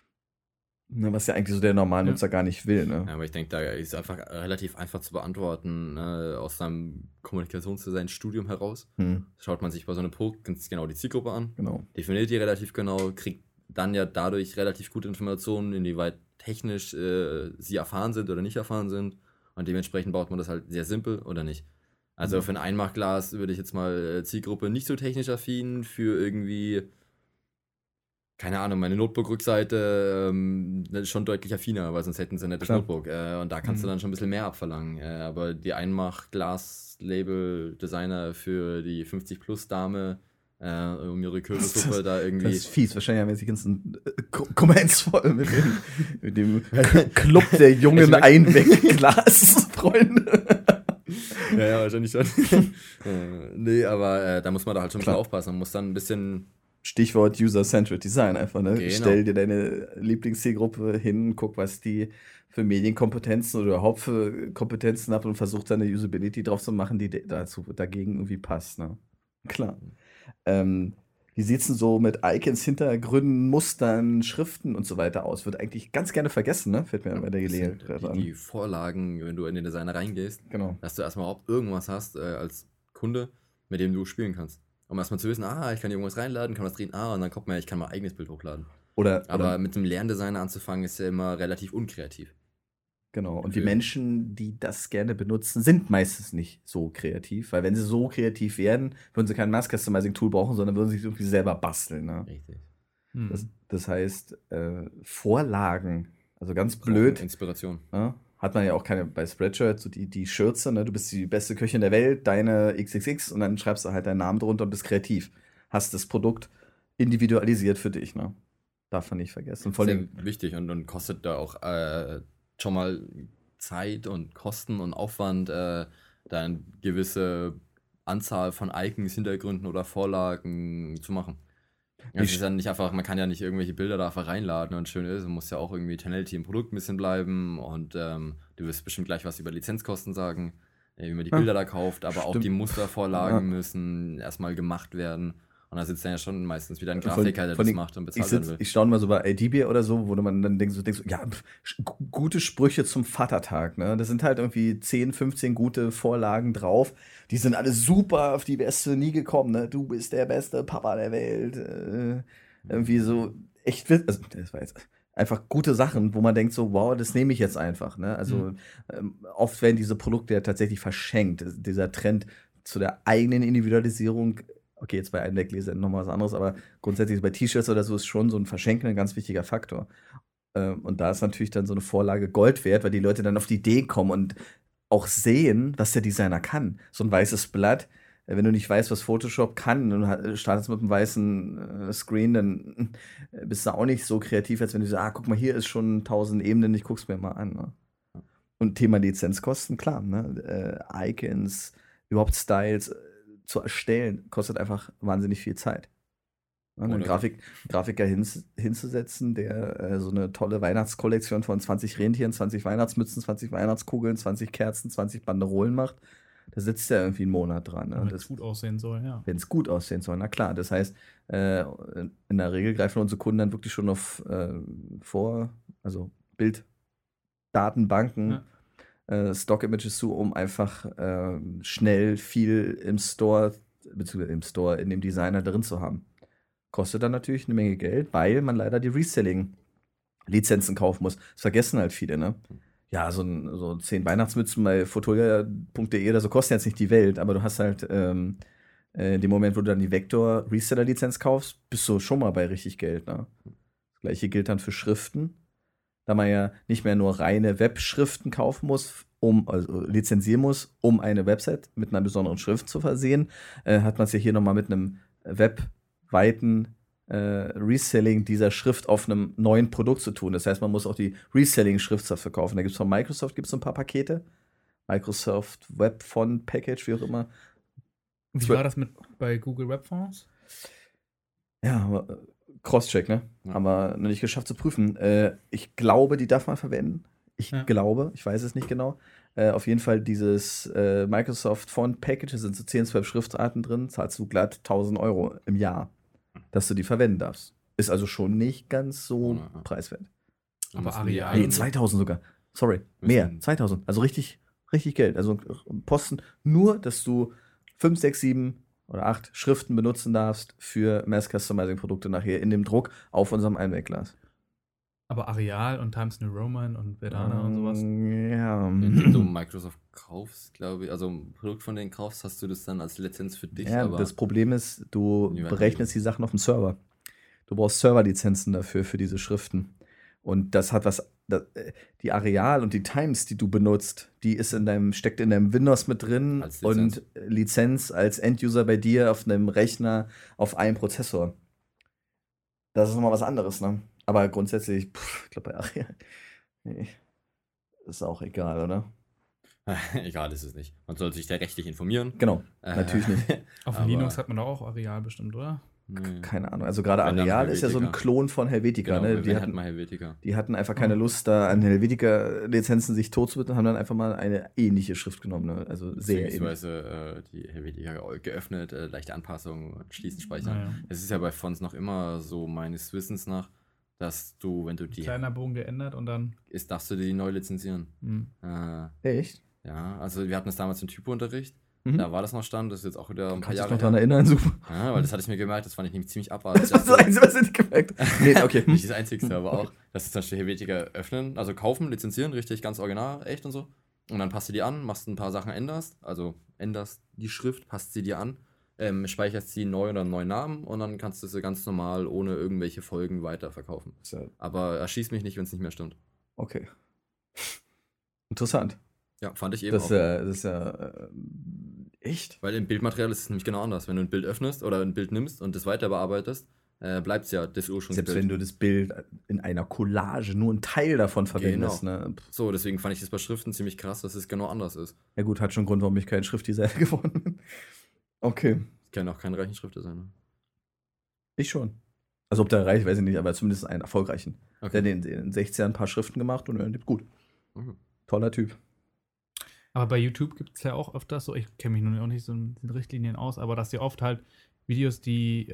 Ne, was ja eigentlich so der Normalnutzer gar nicht will, ne? Ja, aber ich denke, da ist einfach relativ einfach zu beantworten, aus seinem Kommunikationsdesign-Studium heraus. Schaut man sich bei so einem Produkt ganz genau die Zielgruppe an, Genau. definiert die relativ genau, kriegt dann ja dadurch relativ gute Informationen, inwieweit technisch sie erfahren sind oder nicht erfahren sind. Und dementsprechend baut man das halt sehr simpel oder nicht. Also für ein Einmachglas würde ich jetzt mal Zielgruppe nicht so technisch affin, für irgendwie, keine Ahnung, meine Notebook-Rückseite schon deutlich affiner, weil sonst hätten sie ein nettes Klar. Notebook. Und da kannst du dann schon ein bisschen mehr abverlangen. Aber die Einmach-Glas-Label-Designer für die 50-Plus-Dame um ihre Kürbissuppe da irgendwie. Das ist fies. Wahrscheinlich haben wir jetzt die ganzen Comments voll mit dem Club der jungen Einwegglas-Freunde. Ja, wahrscheinlich schon. Nee, aber da muss man da halt schon ein bisschen aufpassen. Man muss dann ein bisschen. Stichwort User-Centered Design einfach, ne? Genau. Stell dir deine Lieblingszielgruppe hin, guck, was die für Medienkompetenzen oder überhaupt für Kompetenzen hat und versuch dann eine Usability drauf zu machen, die dagegen irgendwie passt, ne? Klar. Wie sieht's denn so mit Icons, Hintergründen, Mustern, Schriften und so weiter aus? Wird eigentlich ganz gerne vergessen, ne? Fällt mir bei der Gelegenheit an. Die Vorlagen, wenn du in den Designer reingehst, Genau. dass du erstmal überhaupt irgendwas hast als Kunde, mit dem du spielen kannst. Um erstmal zu wissen, ich kann hier irgendwas reinladen, kann was drehen, und dann kommt mir, ich kann mein eigenes Bild hochladen. Aber mit dem Lerndesigner anzufangen, ist ja immer relativ unkreativ. Genau. Und die Menschen, die das gerne benutzen, sind meistens nicht so kreativ, weil wenn sie so kreativ wären, würden sie kein Mass-Customizing-Tool brauchen, sondern würden sich irgendwie selber basteln. Ne? Richtig. Das heißt, Vorlagen, also ganz blöd. Inspiration. Hat man ja auch keine bei Spreadshirt, so die Schürze, ne? Du bist die beste Köchin der Welt, deine XXX und dann schreibst du halt deinen Namen drunter und bist kreativ. Hast das Produkt individualisiert für dich, ne? Darf man nicht vergessen. Vor Sehr allem wichtig und kostet da auch schon mal Zeit und Kosten und Aufwand, da eine gewisse Anzahl von Icons, Hintergründen oder Vorlagen zu machen. Es ist ja nicht einfach, man kann ja nicht irgendwelche Bilder da einfach reinladen und schön ist, es muss ja auch irgendwie Tonality im Produkt ein bisschen bleiben und du wirst bestimmt gleich was über Lizenzkosten sagen, wie man die Bilder da kauft, aber auch die Mustervorlagen müssen erstmal gemacht werden. Und da sitzt dann ja schon meistens wieder ein Grafiker, der das macht und bezahlt werden will. Ich staune mal so bei IDB oder so, wo man dann denkt so, ja, gute Sprüche zum Vatertag, ne? Das sind halt irgendwie 10, 15 gute Vorlagen drauf. Die sind alle super, auf die wärst du nie gekommen, ne? Du bist der beste Papa der Welt. Irgendwie so echt, also das war jetzt einfach gute Sachen, wo man denkt so, wow, das nehme ich jetzt einfach, ne? Also oft werden diese Produkte ja tatsächlich verschenkt. Dieser Trend zu der eigenen Individualisierung. Okay, jetzt bei Einweggläsern nochmal was anderes, aber grundsätzlich bei T-Shirts oder so ist schon so ein Verschenken ein ganz wichtiger Faktor. Und da ist natürlich dann so eine Vorlage Gold wert, weil die Leute dann auf die Idee kommen und auch sehen, was der Designer kann. So ein weißes Blatt, Wenn du nicht weißt, was Photoshop kann und startest mit einem weißen Screen, dann bist du auch nicht so kreativ, als wenn du sagst, guck mal, hier ist schon 1000 Ebenen, ich guck's mir mal an. Ne? Und Thema Lizenzkosten, klar, ne? Icons, überhaupt Styles zu erstellen, kostet einfach wahnsinnig viel Zeit. Ne? Einen Grafiker hinzusetzen, der so eine tolle Weihnachtskollektion von 20 Rentieren, 20 Weihnachtsmützen, 20 Weihnachtskugeln, 20 Kerzen, 20 Banderolen macht, da sitzt er irgendwie einen Monat dran. Ne? Wenn es gut aussehen soll, ja. Wenn es gut aussehen soll, na klar. Das heißt, in der Regel greifen unsere Kunden dann wirklich schon auf also Bilddatenbanken, Stock-Images zu, um einfach schnell viel im Store, beziehungsweise in dem Designer drin zu haben. Kostet dann natürlich eine Menge Geld, weil man leider die Reselling-Lizenzen kaufen muss. Das vergessen halt viele, ne? Ja, so 10 Weihnachtsmützen bei fotolia.de oder so kosten jetzt nicht die Welt, aber du hast halt in dem Moment, wo du dann die Vector-Reseller-Lizenz kaufst, bist du schon mal bei richtig Geld, ne? Das gleiche gilt dann für Schriften, da man ja nicht mehr nur reine Webschriften kaufen muss, also lizenzieren muss, um eine Website mit einer besonderen Schrift zu versehen, hat man es ja hier nochmal mit einem webweiten Reselling dieser Schrift auf einem neuen Produkt zu tun. Das heißt, man muss auch die Reselling-Schrift dafür kaufen. Da gibt es von Microsoft ein paar Pakete. Microsoft Web Font Package, wie auch immer. Wie war das bei Google Web Fonts? Ja, Crosscheck, ne? Ja. Haben wir noch nicht geschafft zu prüfen. Ich glaube, die darf man verwenden. Ich weiß es nicht genau. Auf jeden Fall dieses Microsoft Font Package, da sind so 10, 12 Schriftarten drin, zahlst du glatt 1.000 € im Jahr, dass du die verwenden darfst. Ist also schon nicht ganz so preiswert. Aber Arial. Nee, 2.000 sogar. Sorry, mehr. 2.000. Also richtig Geld. Also Posten, nur, dass du 5, 6, 7 oder 8 Schriften benutzen darfst für Mass-Customizing-Produkte nachher in dem Druck auf unserem Einwegglas. Aber Arial und Times New Roman und Verdana und sowas. Ja. Wenn du Microsoft kaufst, glaube ich, also ein Produkt von denen kaufst, hast du das dann als Lizenz für dich. Ja, aber das Problem ist, du berechnest die Sachen auf dem Server. Du brauchst Serverlizenzen dafür, für diese Schriften. Und das hat die Arial und die Times, die du benutzt, die steckt in deinem Windows mit drin und Lizenz als Enduser bei dir auf einem Rechner auf einem Prozessor. Das ist nochmal was anderes, ne? Aber grundsätzlich, ich glaube, bei Arial ist auch egal, oder? Egal ist es nicht. Man soll sich da rechtlich informieren. Genau, natürlich nicht. Auf Linux hat man doch auch Arial bestimmt, oder? Keine Ahnung. Also gerade Arial ist ja so ein Klon von Helvetica. Genau, Ne? Helvetica. Die hatten einfach keine Lust, da an Helvetica-Lizenzen sich totzubitten, haben dann einfach mal eine ähnliche Schrift genommen. Ne? Also sehr ähnlich. Beziehungsweise die Helvetica geöffnet, leichte Anpassungen, schließen, speichern. Ja. Es ist ja bei Fonts noch immer so, meines Wissens nach, dass du, wenn du die... Kleiner Bogen geändert und dann... darfst du die neu lizenzieren. Echt? Ja, also wir hatten das damals im Typo-Unterricht. Da war das noch Stand, das ist jetzt auch wieder ein paar Jahre her. Kannst du dich noch daran erinnern, super. Ja, weil das hatte ich mir gemerkt, das fand ich nämlich ziemlich abartig. Das war das Einzige, was ich nicht gemerkt habe. Nee, okay. Nicht das Einzigste, aber auch, dass du zum Beispiel Helvetica öffnen, also kaufen, lizenzieren, richtig, ganz original, echt und so. Und dann passt du die an, machst ein paar Sachen, änderst die Schrift, passt sie dir an, speicherst sie neu oder einen neuen Namen und dann kannst du sie ganz normal ohne irgendwelche Folgen weiterverkaufen. Ja. Aber erschieß mich nicht, wenn es nicht mehr stimmt. Okay. Interessant. Ja, fand ich eben auch. Das ist ja echt? Weil im Bildmaterial ist es nämlich genau anders. Wenn du ein Bild öffnest oder ein Bild nimmst und das weiter bearbeitest, bleibt es ja das Ursprungsbild. Selbst wenn du das Bild in einer Collage nur einen Teil davon verwendest. Genau. Ne? So, deswegen fand ich das bei Schriften ziemlich krass, dass es genau anders ist. Ja gut, hat schon einen Grund, warum ich kein Schriftdesigner geworden bin. Okay. Ich kenne auch keinen reichen Schriftdesigner. Ich schon. Also ob der reich, weiß ich nicht, aber zumindest einen erfolgreichen. Okay. Der hat in 16 Jahren ein paar Schriften gemacht und er lebt gut. Toller Typ. Aber bei YouTube gibt es ja auch öfters so, ich kenne mich nun auch nicht so in den Richtlinien aus, aber dass die oft halt Videos, die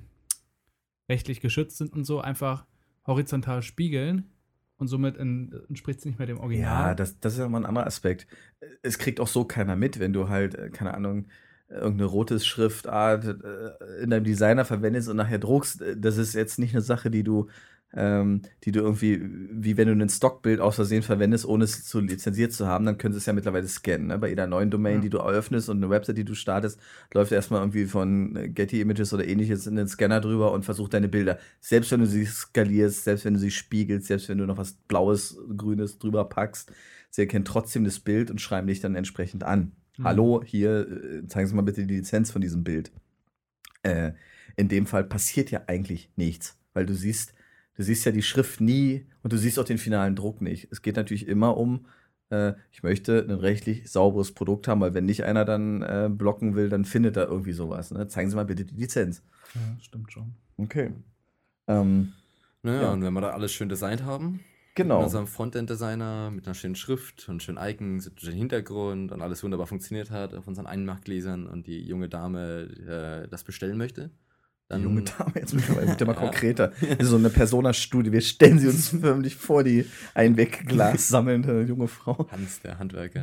rechtlich geschützt sind und so, einfach horizontal spiegeln und somit entspricht es nicht mehr dem Original. Ja, das ist ja mal ein anderer Aspekt. Es kriegt auch so keiner mit, wenn du halt, keine Ahnung, irgendeine rote Schriftart in deinem Designer verwendest und nachher druckst. Das ist jetzt nicht eine Sache, die du irgendwie, wie wenn du ein Stockbild aus Versehen verwendest, ohne es zu lizenziert zu haben, dann können sie es ja mittlerweile scannen. Ne? Bei jeder neuen Domain, die du eröffnest und eine Website, die du startest, läuft erstmal irgendwie von Getty Images oder ähnliches in den Scanner drüber und versucht deine Bilder. Selbst wenn du sie skalierst, selbst wenn du sie spiegelst, selbst wenn du noch was Blaues, Grünes drüber packst, sie erkennen trotzdem das Bild und schreiben dich dann entsprechend an. Hallo, hier, zeigen Sie mal bitte die Lizenz von diesem Bild. In dem Fall passiert ja eigentlich nichts, weil du siehst ja die Schrift nie und du siehst auch den finalen Druck nicht. Es geht natürlich immer um, ich möchte ein rechtlich sauberes Produkt haben, weil wenn nicht einer dann blocken will, dann findet er irgendwie sowas. Ne? Zeigen Sie mal bitte die Lizenz. Ja, stimmt schon. Okay. Naja, Ja. und wenn wir da alles schön designt haben, Genau. mit unserem Frontend-Designer, mit einer schönen Schrift und schönen Icons, mit einem Hintergrund und alles wunderbar funktioniert hat auf unseren Einmachgläsern und die junge Dame das bestellen möchte, dann Die junge Dame jetzt mittlerweile wird ja mal Ja. konkreter. Das ist so eine Persona-Studie. Wir stellen sie uns förmlich vor, die ein Wegglas sammelnde junge Frau. Hans, der Handwerker.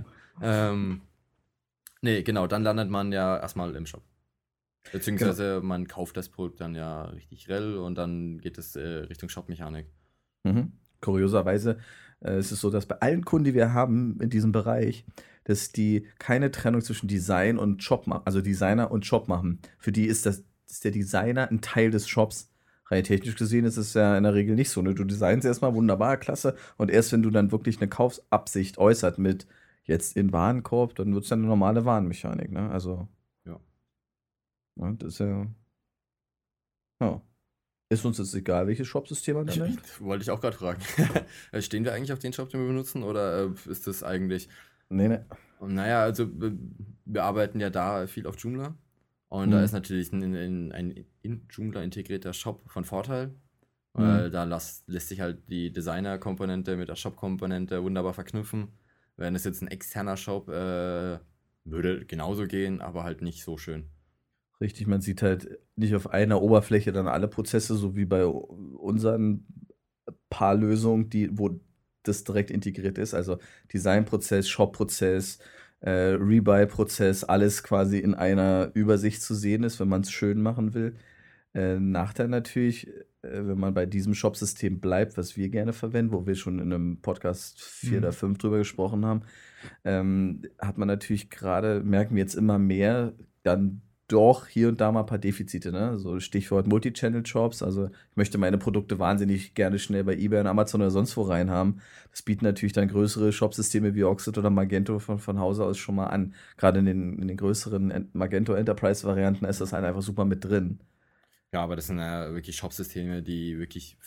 Nee, genau, dann landet man ja erstmal im Shop. Beziehungsweise man kauft das Produkt dann ja richtig grell und dann geht es Richtung Shop-Mechanik. Mhm. Kurioserweise ist es so, dass bei allen Kunden, die wir haben in diesem Bereich, dass die keine Trennung zwischen Design und Shop machen, also Designer und Shop machen. Für die ist der Designer ein Teil des Shops. Rein technisch gesehen ist es ja in der Regel nicht so. Ne? Du designst erstmal wunderbar, klasse, und erst wenn du dann wirklich eine Kaufabsicht äußert mit jetzt in Warenkorb, dann wird es ja eine normale Warenmechanik. Ne? Also, Ja. ja, das ist ja. Ja. Ist uns jetzt egal, welches Shopsystem man da nimmt? Wollte ich auch gerade fragen. Stehen wir eigentlich auf den Shop, den wir benutzen, oder ist das eigentlich... Nee. Naja, also wir arbeiten ja da viel auf Joomla und da ist natürlich ein in Joomla integrierter Shop von Vorteil, weil da lässt sich halt die Designer-Komponente mit der Shop-Komponente wunderbar verknüpfen. Wenn es jetzt ein externer Shop würde genauso gehen, aber halt nicht so schön. Richtig, man sieht halt nicht auf einer Oberfläche dann alle Prozesse, so wie bei unseren paar Lösungen, wo das direkt integriert ist. Also Designprozess, Shop-Prozess, Rebuy-Prozess, alles quasi in einer Übersicht zu sehen ist, wenn man es schön machen will. Nachteil natürlich, wenn man bei diesem Shop-System bleibt, was wir gerne verwenden, wo wir schon in einem Podcast 4 oder 5 drüber gesprochen haben, hat man natürlich gerade, merken wir jetzt immer mehr, dann doch hier und da mal ein paar Defizite, ne? So Stichwort Multi-Channel-Shops. Also ich möchte meine Produkte wahnsinnig gerne schnell bei eBay und Amazon oder sonst wo rein haben. Das bieten natürlich dann größere Shopsysteme wie Oxid oder Magento von Hause aus schon mal an. Gerade in den größeren Magento Enterprise-Varianten ist das halt einfach super mit drin. Ja, aber das sind ja wirklich Shop-Systeme, die wirklich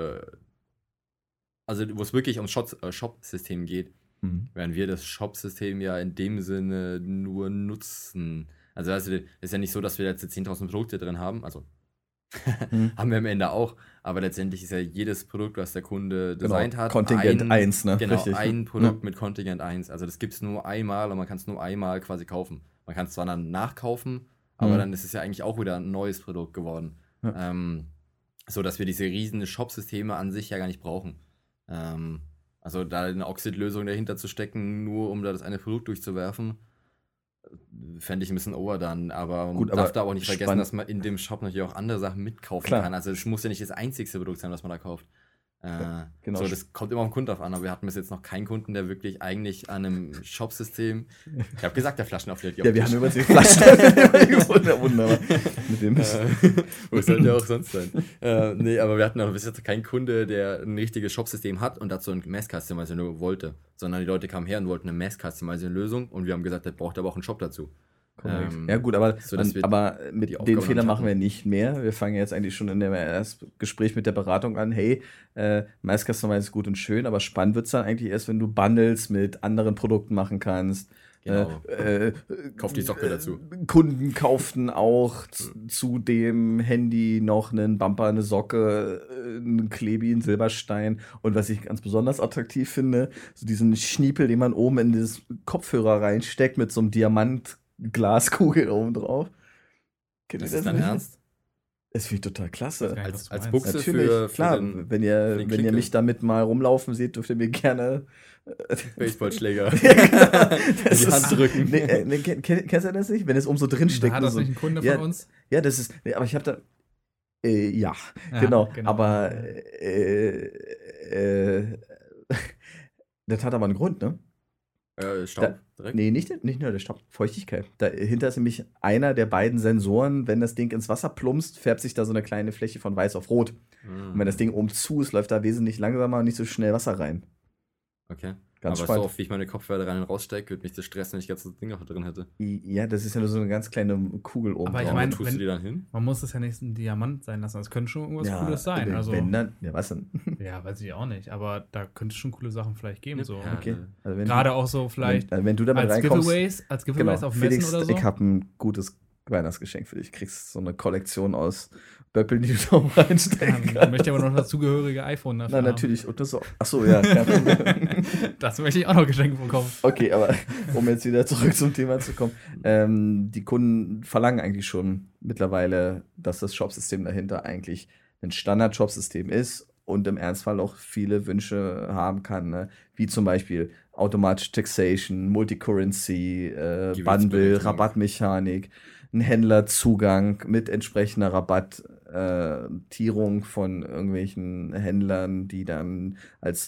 also wo es wirklich ums Shop-System geht, während wir das Shop-System ja in dem Sinne nur nutzen. Also ist ja nicht so, dass wir jetzt 10.000 Produkte drin haben, also haben wir am Ende auch, aber letztendlich ist ja jedes Produkt, was der Kunde designt hat, Kontingent 1, ne? Genau, Richtig. ein Produkt mit Kontingent 1. Also das gibt es nur einmal und man kann es nur einmal quasi kaufen. Man kann es zwar dann nachkaufen, aber dann ist es ja eigentlich auch wieder ein neues Produkt geworden. Ja. So dass wir diese riesen Shop-Systeme an sich ja gar nicht brauchen. Also da eine Oxid-Lösung dahinter zu stecken, nur um da das eine Produkt durchzuwerfen, fände ich ein bisschen overdone, aber man darf da auch nicht vergessen, dass man in dem Shop natürlich auch andere Sachen mitkaufen kann. Also es muss ja nicht das einzigste Produkt sein, was man da kauft. Genau. So, das kommt immer auf den Kunden drauf an, aber wir hatten bis jetzt noch keinen Kunden, der wirklich eigentlich an einem Shop-System, ich habe gesagt, der Flaschen auflädt. Ja, wir haben über die Flaschen. Wunderbar. Mit dem wo soll der auch sonst sein? Nee, aber wir hatten auch bis jetzt keinen Kunde, der ein richtiges Shop-System hat und dazu ein Mass-Customizing wollte, sondern die Leute kamen her und wollten eine Mass-Customizing-Lösung und wir haben gesagt, der braucht aber auch einen Shop dazu. Ja gut, aber, so, dass wir aber mit die den Aufgabe Fehler nicht machen hatten. wir nicht mehr. Wir fangen jetzt eigentlich schon in dem ersten Gespräch mit der Beratung an. Hey, Mass Customize ist gut und schön, aber spannend wird es dann eigentlich erst, wenn du Bundles mit anderen Produkten machen kannst. Genau. Kauf die Socke dazu. Kunden kauften auch zu dem Handy noch einen Bumper, eine Socke, einen Klebi, einen Silberstein und was ich ganz besonders attraktiv finde, so diesen Schniepel, den man oben in das Kopfhörer reinsteckt mit so einem Diamantglaskugel oben drauf. Das ist dein Ernst? Das finde ich total klasse. Geil, was du Als meinst. Buchse Natürlich, für klar, den wenn für ihr den Klinke. mich damit mal rumlaufen seht, dürft ihr mir gerne Baseballschläger das in die Hand drücken. Kennst du das nicht? Wenn es oben so drin steckt. Hat das so, nicht ein Kunde ja, von uns? Ja, das ist, nee, aber ich habe da, ja, Ja, genau, genau. aber das hat aber einen Grund, ne? Staub direkt? Nee, nicht nur der Staub, Feuchtigkeit. Dahinter ist nämlich einer der beiden Sensoren, wenn das Ding ins Wasser plumpst, färbt sich da so eine kleine Fläche von weiß auf rot. Und wenn das Ding oben zu ist, läuft da wesentlich langsamer und nicht so schnell Wasser rein. Okay. Ganz aber spannend. so oft, wie ich meine Kopfhörer rein und rausstecke, würde mich das stressen, wenn ich das ganze Ding auch drin hätte. Ja, das ist ja nur so eine ganz kleine Kugel oben Aber ich drauf. meine, Tust du die dann hin? Man muss es ja nicht ein Diamant sein lassen. Das könnte schon irgendwas ja, Cooles sein. Also, wenn dann, ja, was denn? ja, weiß ich auch nicht. Aber da könnte es schon coole Sachen vielleicht geben. So. Ja, Okay. Also wenn Gerade auch so vielleicht wenn du damit reinkommst, als Giveaways auf Messen Felix, oder so. ich habe ein gutes Weihnachtsgeschenk für dich. Du kriegst so eine Kollektion aus Böppeln, die du da reinstecken Dann möchte ich aber noch das zugehörige iPhone dafür Na, haben. natürlich. Und das auch. Achso, ja. kein Problem. Das möchte ich auch noch geschenkt bekommen. Okay, aber um jetzt wieder zurück zum Thema zu kommen. Die Kunden verlangen eigentlich schon mittlerweile, dass das Shopsystem dahinter eigentlich ein Standard-Shopsystem ist und im Ernstfall auch viele Wünsche haben kann, ne? Wie zum Beispiel automatische Taxation, Multicurrency, Bundle, Gewichtsberechnung. Rabattmechanik, ein Händlerzugang mit entsprechender Rabattierung von irgendwelchen Händlern, die dann als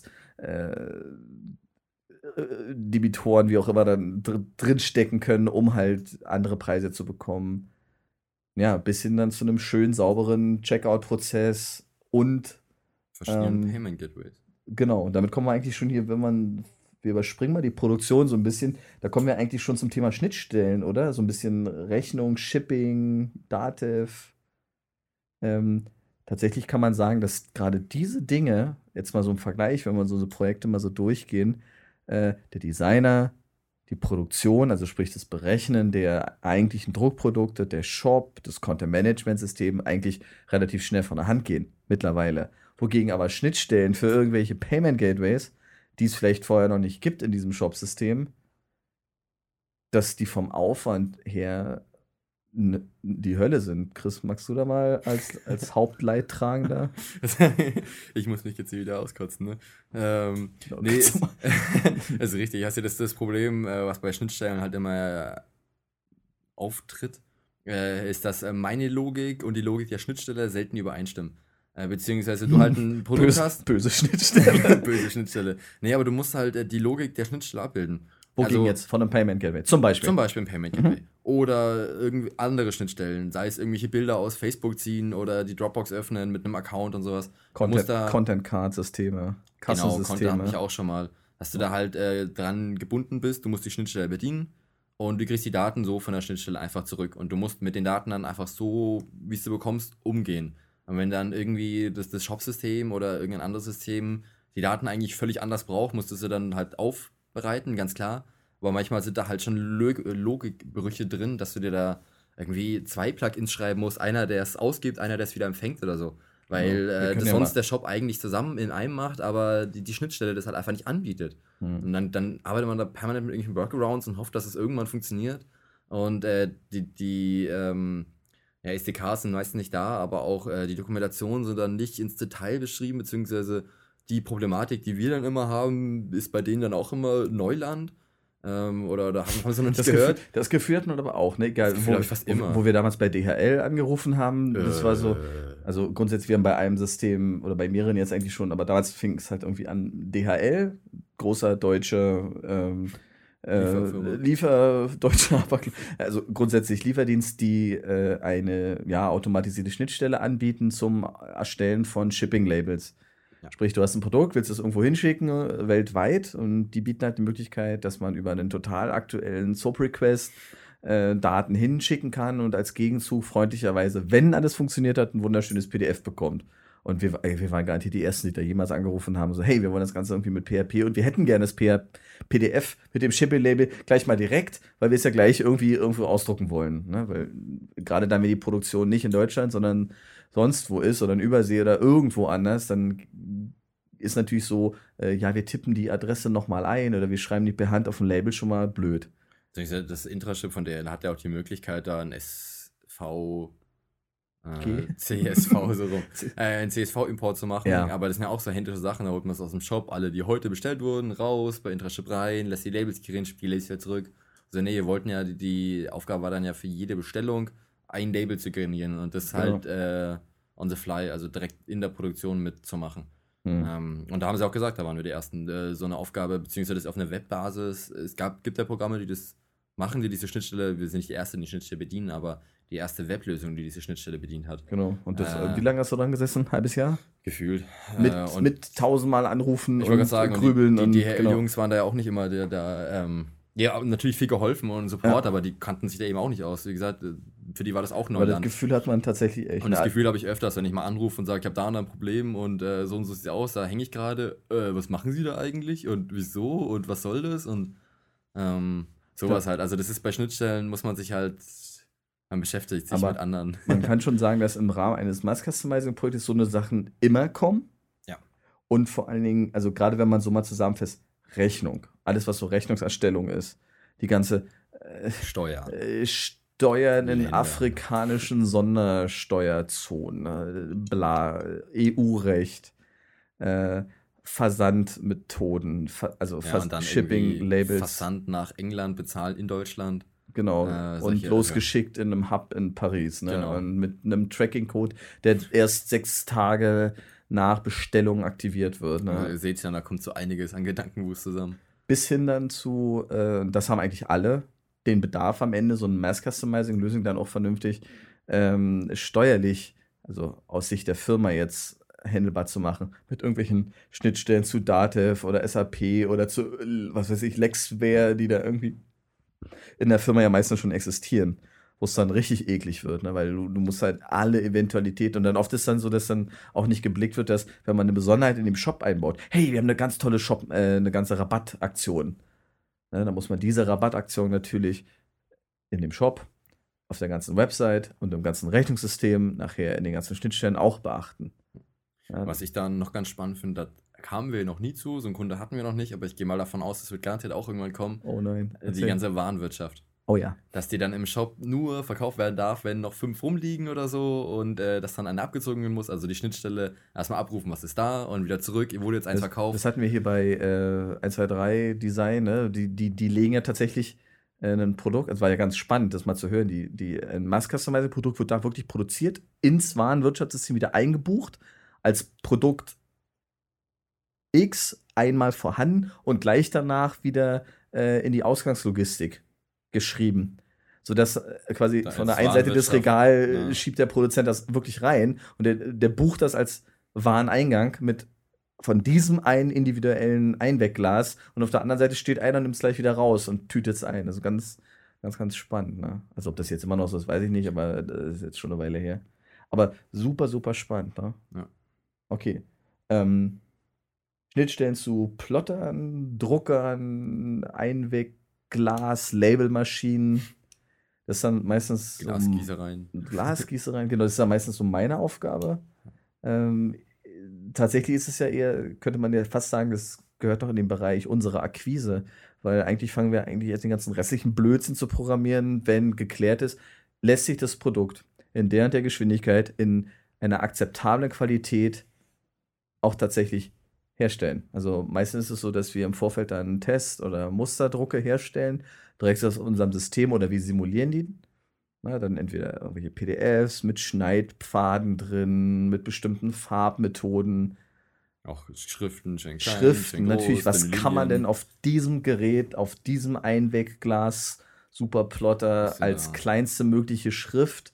Debitoren, wie auch immer, dann drinstecken können, um halt andere Preise zu bekommen. Ja, bis hin dann zu einem schön sauberen Checkout-Prozess und Verschiedene Payment Gateways. genau, und damit kommen wir eigentlich schon hier, wir überspringen mal die Produktion so ein bisschen, da kommen wir eigentlich schon zum Thema Schnittstellen, oder? So ein bisschen Rechnung, Shipping, Datev. Tatsächlich kann man sagen, dass gerade diese Dinge, jetzt mal so im Vergleich, wenn man so Projekte mal so durchgehen, der Designer, die Produktion, also sprich das Berechnen der eigentlichen Druckprodukte, der Shop, das Content-Management-System eigentlich relativ schnell von der Hand gehen mittlerweile. Wogegen aber Schnittstellen für irgendwelche Payment-Gateways, die es vielleicht vorher noch nicht gibt in diesem Shop-System, dass die vom Aufwand her die Hölle sind. Chris, magst du da mal als Hauptleidtragender? Ich muss mich jetzt hier wieder auskotzen, ne? Genau, Nee, kannst du mal. ist richtig. Hast du das Problem, was bei Schnittstellen halt immer auftritt, ist, dass meine Logik und die Logik der Schnittstelle selten übereinstimmen. Beziehungsweise du halt ein Produkt hast. Böse Schnittstelle. Böse Schnittstelle. Nee, aber du musst halt die Logik der Schnittstelle abbilden. Wogegen jetzt? Von einem Payment Gateway. Zum Beispiel. Zum Beispiel ein Payment Gateway. Oder irgendwie andere Schnittstellen, sei es irgendwelche Bilder aus Facebook ziehen oder die Dropbox öffnen mit einem Account und sowas. Content-Card-Systeme, Genau, Kassensysteme. Content habe ich auch schon mal. Dass du da halt dran gebunden bist, du musst die Schnittstelle bedienen und du kriegst die Daten so von der Schnittstelle einfach zurück. Und du musst mit den Daten dann einfach so, wie du bekommst, umgehen. Und wenn dann irgendwie das Shop-System oder irgendein anderes System die Daten eigentlich völlig anders braucht, musst du sie dann halt aufbereiten, ganz klar. Aber manchmal sind da halt schon Logikbrüche drin, dass du dir da irgendwie 2 Plugins schreiben musst. Einer, der es ausgibt, einer, der es wieder empfängt oder so. Weil das sonst der Shop eigentlich zusammen in einem macht, aber die Schnittstelle das halt einfach nicht anbietet. Und dann arbeitet man da permanent mit irgendwelchen Workarounds und hofft, dass es irgendwann funktioniert. Und die SDKs sind meistens nicht da, aber auch die Dokumentationen sind dann nicht ins Detail beschrieben, beziehungsweise die Problematik, die wir dann immer haben, ist bei denen dann auch immer Neuland. Oder da haben sie noch nicht gehört. Das Gefühl hat man aber auch, ne? Egal, Das Gefühl hab ich fast immer. wo wir damals bei DHL angerufen haben, das war so, also grundsätzlich, wir haben bei einem System oder bei mehreren jetzt eigentlich schon, aber damals fing es halt irgendwie an, DHL, großer deutscher also grundsätzlich Lieferdienst, die eine automatisierte Schnittstelle anbieten zum Erstellen von Shipping-Labels. Ja. Sprich, du hast ein Produkt, willst es irgendwo hinschicken, weltweit, und die bieten halt die Möglichkeit, dass man über einen total aktuellen SOAP-Request Daten hinschicken kann und als Gegenzug freundlicherweise, wenn alles funktioniert hat, ein wunderschönes PDF bekommt. Und wir waren garantiert die Ersten, die da jemals angerufen haben, so, hey, wir wollen das Ganze irgendwie mit PHP und wir hätten gerne das PDF mit dem Shipping-Label gleich mal direkt, weil wir es ja gleich irgendwo ausdrucken wollen. Ne? Weil gerade dann, wenn die Produktion nicht in Deutschland, sondern sonst wo ist oder in Übersee oder irgendwo anders, dann ist natürlich so, wir tippen die Adresse nochmal ein oder wir schreiben die per Hand auf ein Label, schon mal blöd. Das Intraschip von DHL hat ja auch die Möglichkeit, da ein CSV so rum, einen CSV-Import zu machen, Ja. aber das sind ja auch so händische Sachen, da holt man es aus dem Shop, alle, die heute bestellt wurden, raus, bei Intraschip rein, lässt die Labels gehen, spielt die Labels wieder zurück. Also nee, wir wollten ja, die Aufgabe war dann ja für jede Bestellung ein Label zu generieren und das halt on the fly, also direkt in der Produktion mitzumachen. Und da haben sie auch gesagt, da waren wir die Ersten, so eine Aufgabe, beziehungsweise das auf einer Webbasis, gibt ja Programme, die das machen wir diese Schnittstelle, wir sind nicht die Erste, die die Schnittstelle bedienen, aber die erste Weblösung, die diese Schnittstelle bedient hat. Genau. Und das, wie lange hast du dran gesessen? Ein halbes Jahr? Gefühlt. Mit 1000-mal Anrufen ich wollte gerade sagen, grübeln. Die Jungs waren da ja auch nicht immer ja, natürlich viel geholfen und Support, aber die kannten sich da eben auch nicht aus. Wie gesagt, für die war das auch Neuland. Aber das Gefühl hat man tatsächlich echt. Und das Gefühl habe ich öfters, wenn ich mal anrufe und sage, ich habe da und da ein Problem und so sieht es aus, da hänge ich gerade. Was machen Sie da eigentlich und wieso und was soll das? Und sowas halt. Also das ist bei Schnittstellen, muss man sich halt, man beschäftigt sich mit anderen. Man kann schon sagen, dass im Rahmen eines Mass-Customizing-Projektes so eine Sachen immer kommen. Ja. Und vor allen Dingen, also gerade wenn man so mal zusammenfasst, Rechnung. Alles, was so Rechnungserstellung ist. Die ganze Steuern in Länder. afrikanischen Sondersteuerzonen, bla, EU-Recht, Versandmethoden, also und dann Shipping-Labels. Versand nach England bezahlt in Deutschland. Genau, und losgeschickt in einem Hub in Paris, ne? Genau. Und mit einem Tracking-Code, der erst 6 Tage nach Bestellung aktiviert wird. Ne? Also ihr seht ja, da kommt so einiges an Gedankenwust zusammen. Bis hin dann zu, das haben eigentlich alle, den Bedarf am Ende, so eine Mass-Customizing-Lösung dann auch vernünftig steuerlich, also aus Sicht der Firma jetzt handelbar zu machen, mit irgendwelchen Schnittstellen zu Datev oder SAP oder zu, was weiß ich, Lexware, die da irgendwie in der Firma ja meistens schon existieren, wo es dann richtig eklig wird, ne? Weil du musst halt alle Eventualitäten und dann oft ist dann so, dass dann auch nicht geblickt wird, dass, wenn man eine Besonderheit in dem Shop einbaut, hey, wir haben eine ganz tolle eine ganze Rabattaktion. Ne? Dann muss man diese Rabattaktion natürlich in dem Shop, auf der ganzen Website und im ganzen Rechnungssystem, nachher in den ganzen Schnittstellen auch beachten. Ja. Was ich dann noch ganz spannend finde, da kamen wir noch nie zu, so einen Kunde hatten wir noch nicht, aber ich gehe mal davon aus, es wird garantiert auch irgendwann kommen. Oh nein. Die ganze Warenwirtschaft. Oh ja. Dass die dann im Shop nur verkauft werden darf, wenn noch 5 rumliegen oder so und dass dann eine abgezogen werden muss. Also die Schnittstelle erstmal abrufen, was ist da und wieder zurück, wurde jetzt eins verkauft. Das hatten wir hier bei 123 Design, ne? Die legen ja tatsächlich ein Produkt, es war ja ganz spannend, das mal zu hören, ein Mass-Customizing-Produkt wird da wirklich produziert, ins Warenwirtschaftssystem wieder eingebucht, als Produkt X einmal vorhanden und gleich danach wieder in die Ausgangslogistik geschrieben. Sodass quasi Da von der als einen Seite des Warenwirtschaft, Regals schiebt der Produzent das wirklich rein und der bucht das als Wareneingang mit von diesem einen individuellen Einwegglas und auf der anderen Seite steht einer und nimmt es gleich wieder raus und tütet es ein. Also ganz, ganz, ganz spannend. Ne? Also ob das jetzt immer noch so ist, weiß ich nicht, aber das ist jetzt schon eine Weile her. Aber super, super spannend. Ne? Ja. Okay. Schnittstellen zu Plottern, Druckern, Einwegglas, Labelmaschinen. Das ist dann meistens Glasgießereien, genau, das ist dann meistens so meine Aufgabe. Tatsächlich ist es ja eher, könnte man ja fast sagen, das gehört doch in den Bereich unserer Akquise, weil eigentlich fangen wir eigentlich jetzt den ganzen restlichen Blödsinn zu programmieren, wenn geklärt ist, lässt sich das Produkt in der und der Geschwindigkeit in einer akzeptablen Qualität auch tatsächlich herstellen. Also meistens ist es so, dass wir im Vorfeld dann einen Test oder Musterdrucke herstellen, direkt aus unserem System oder wir simulieren die. Na, dann entweder irgendwelche PDFs mit Schneidpfaden drin, mit bestimmten Farbmethoden. Auch Schriften, schön klein, Schriften, schön groß, natürlich. Was Linien. kann man denn auf diesem Gerät, auf diesem Einwegglas Superplotter als kleinste mögliche Schrift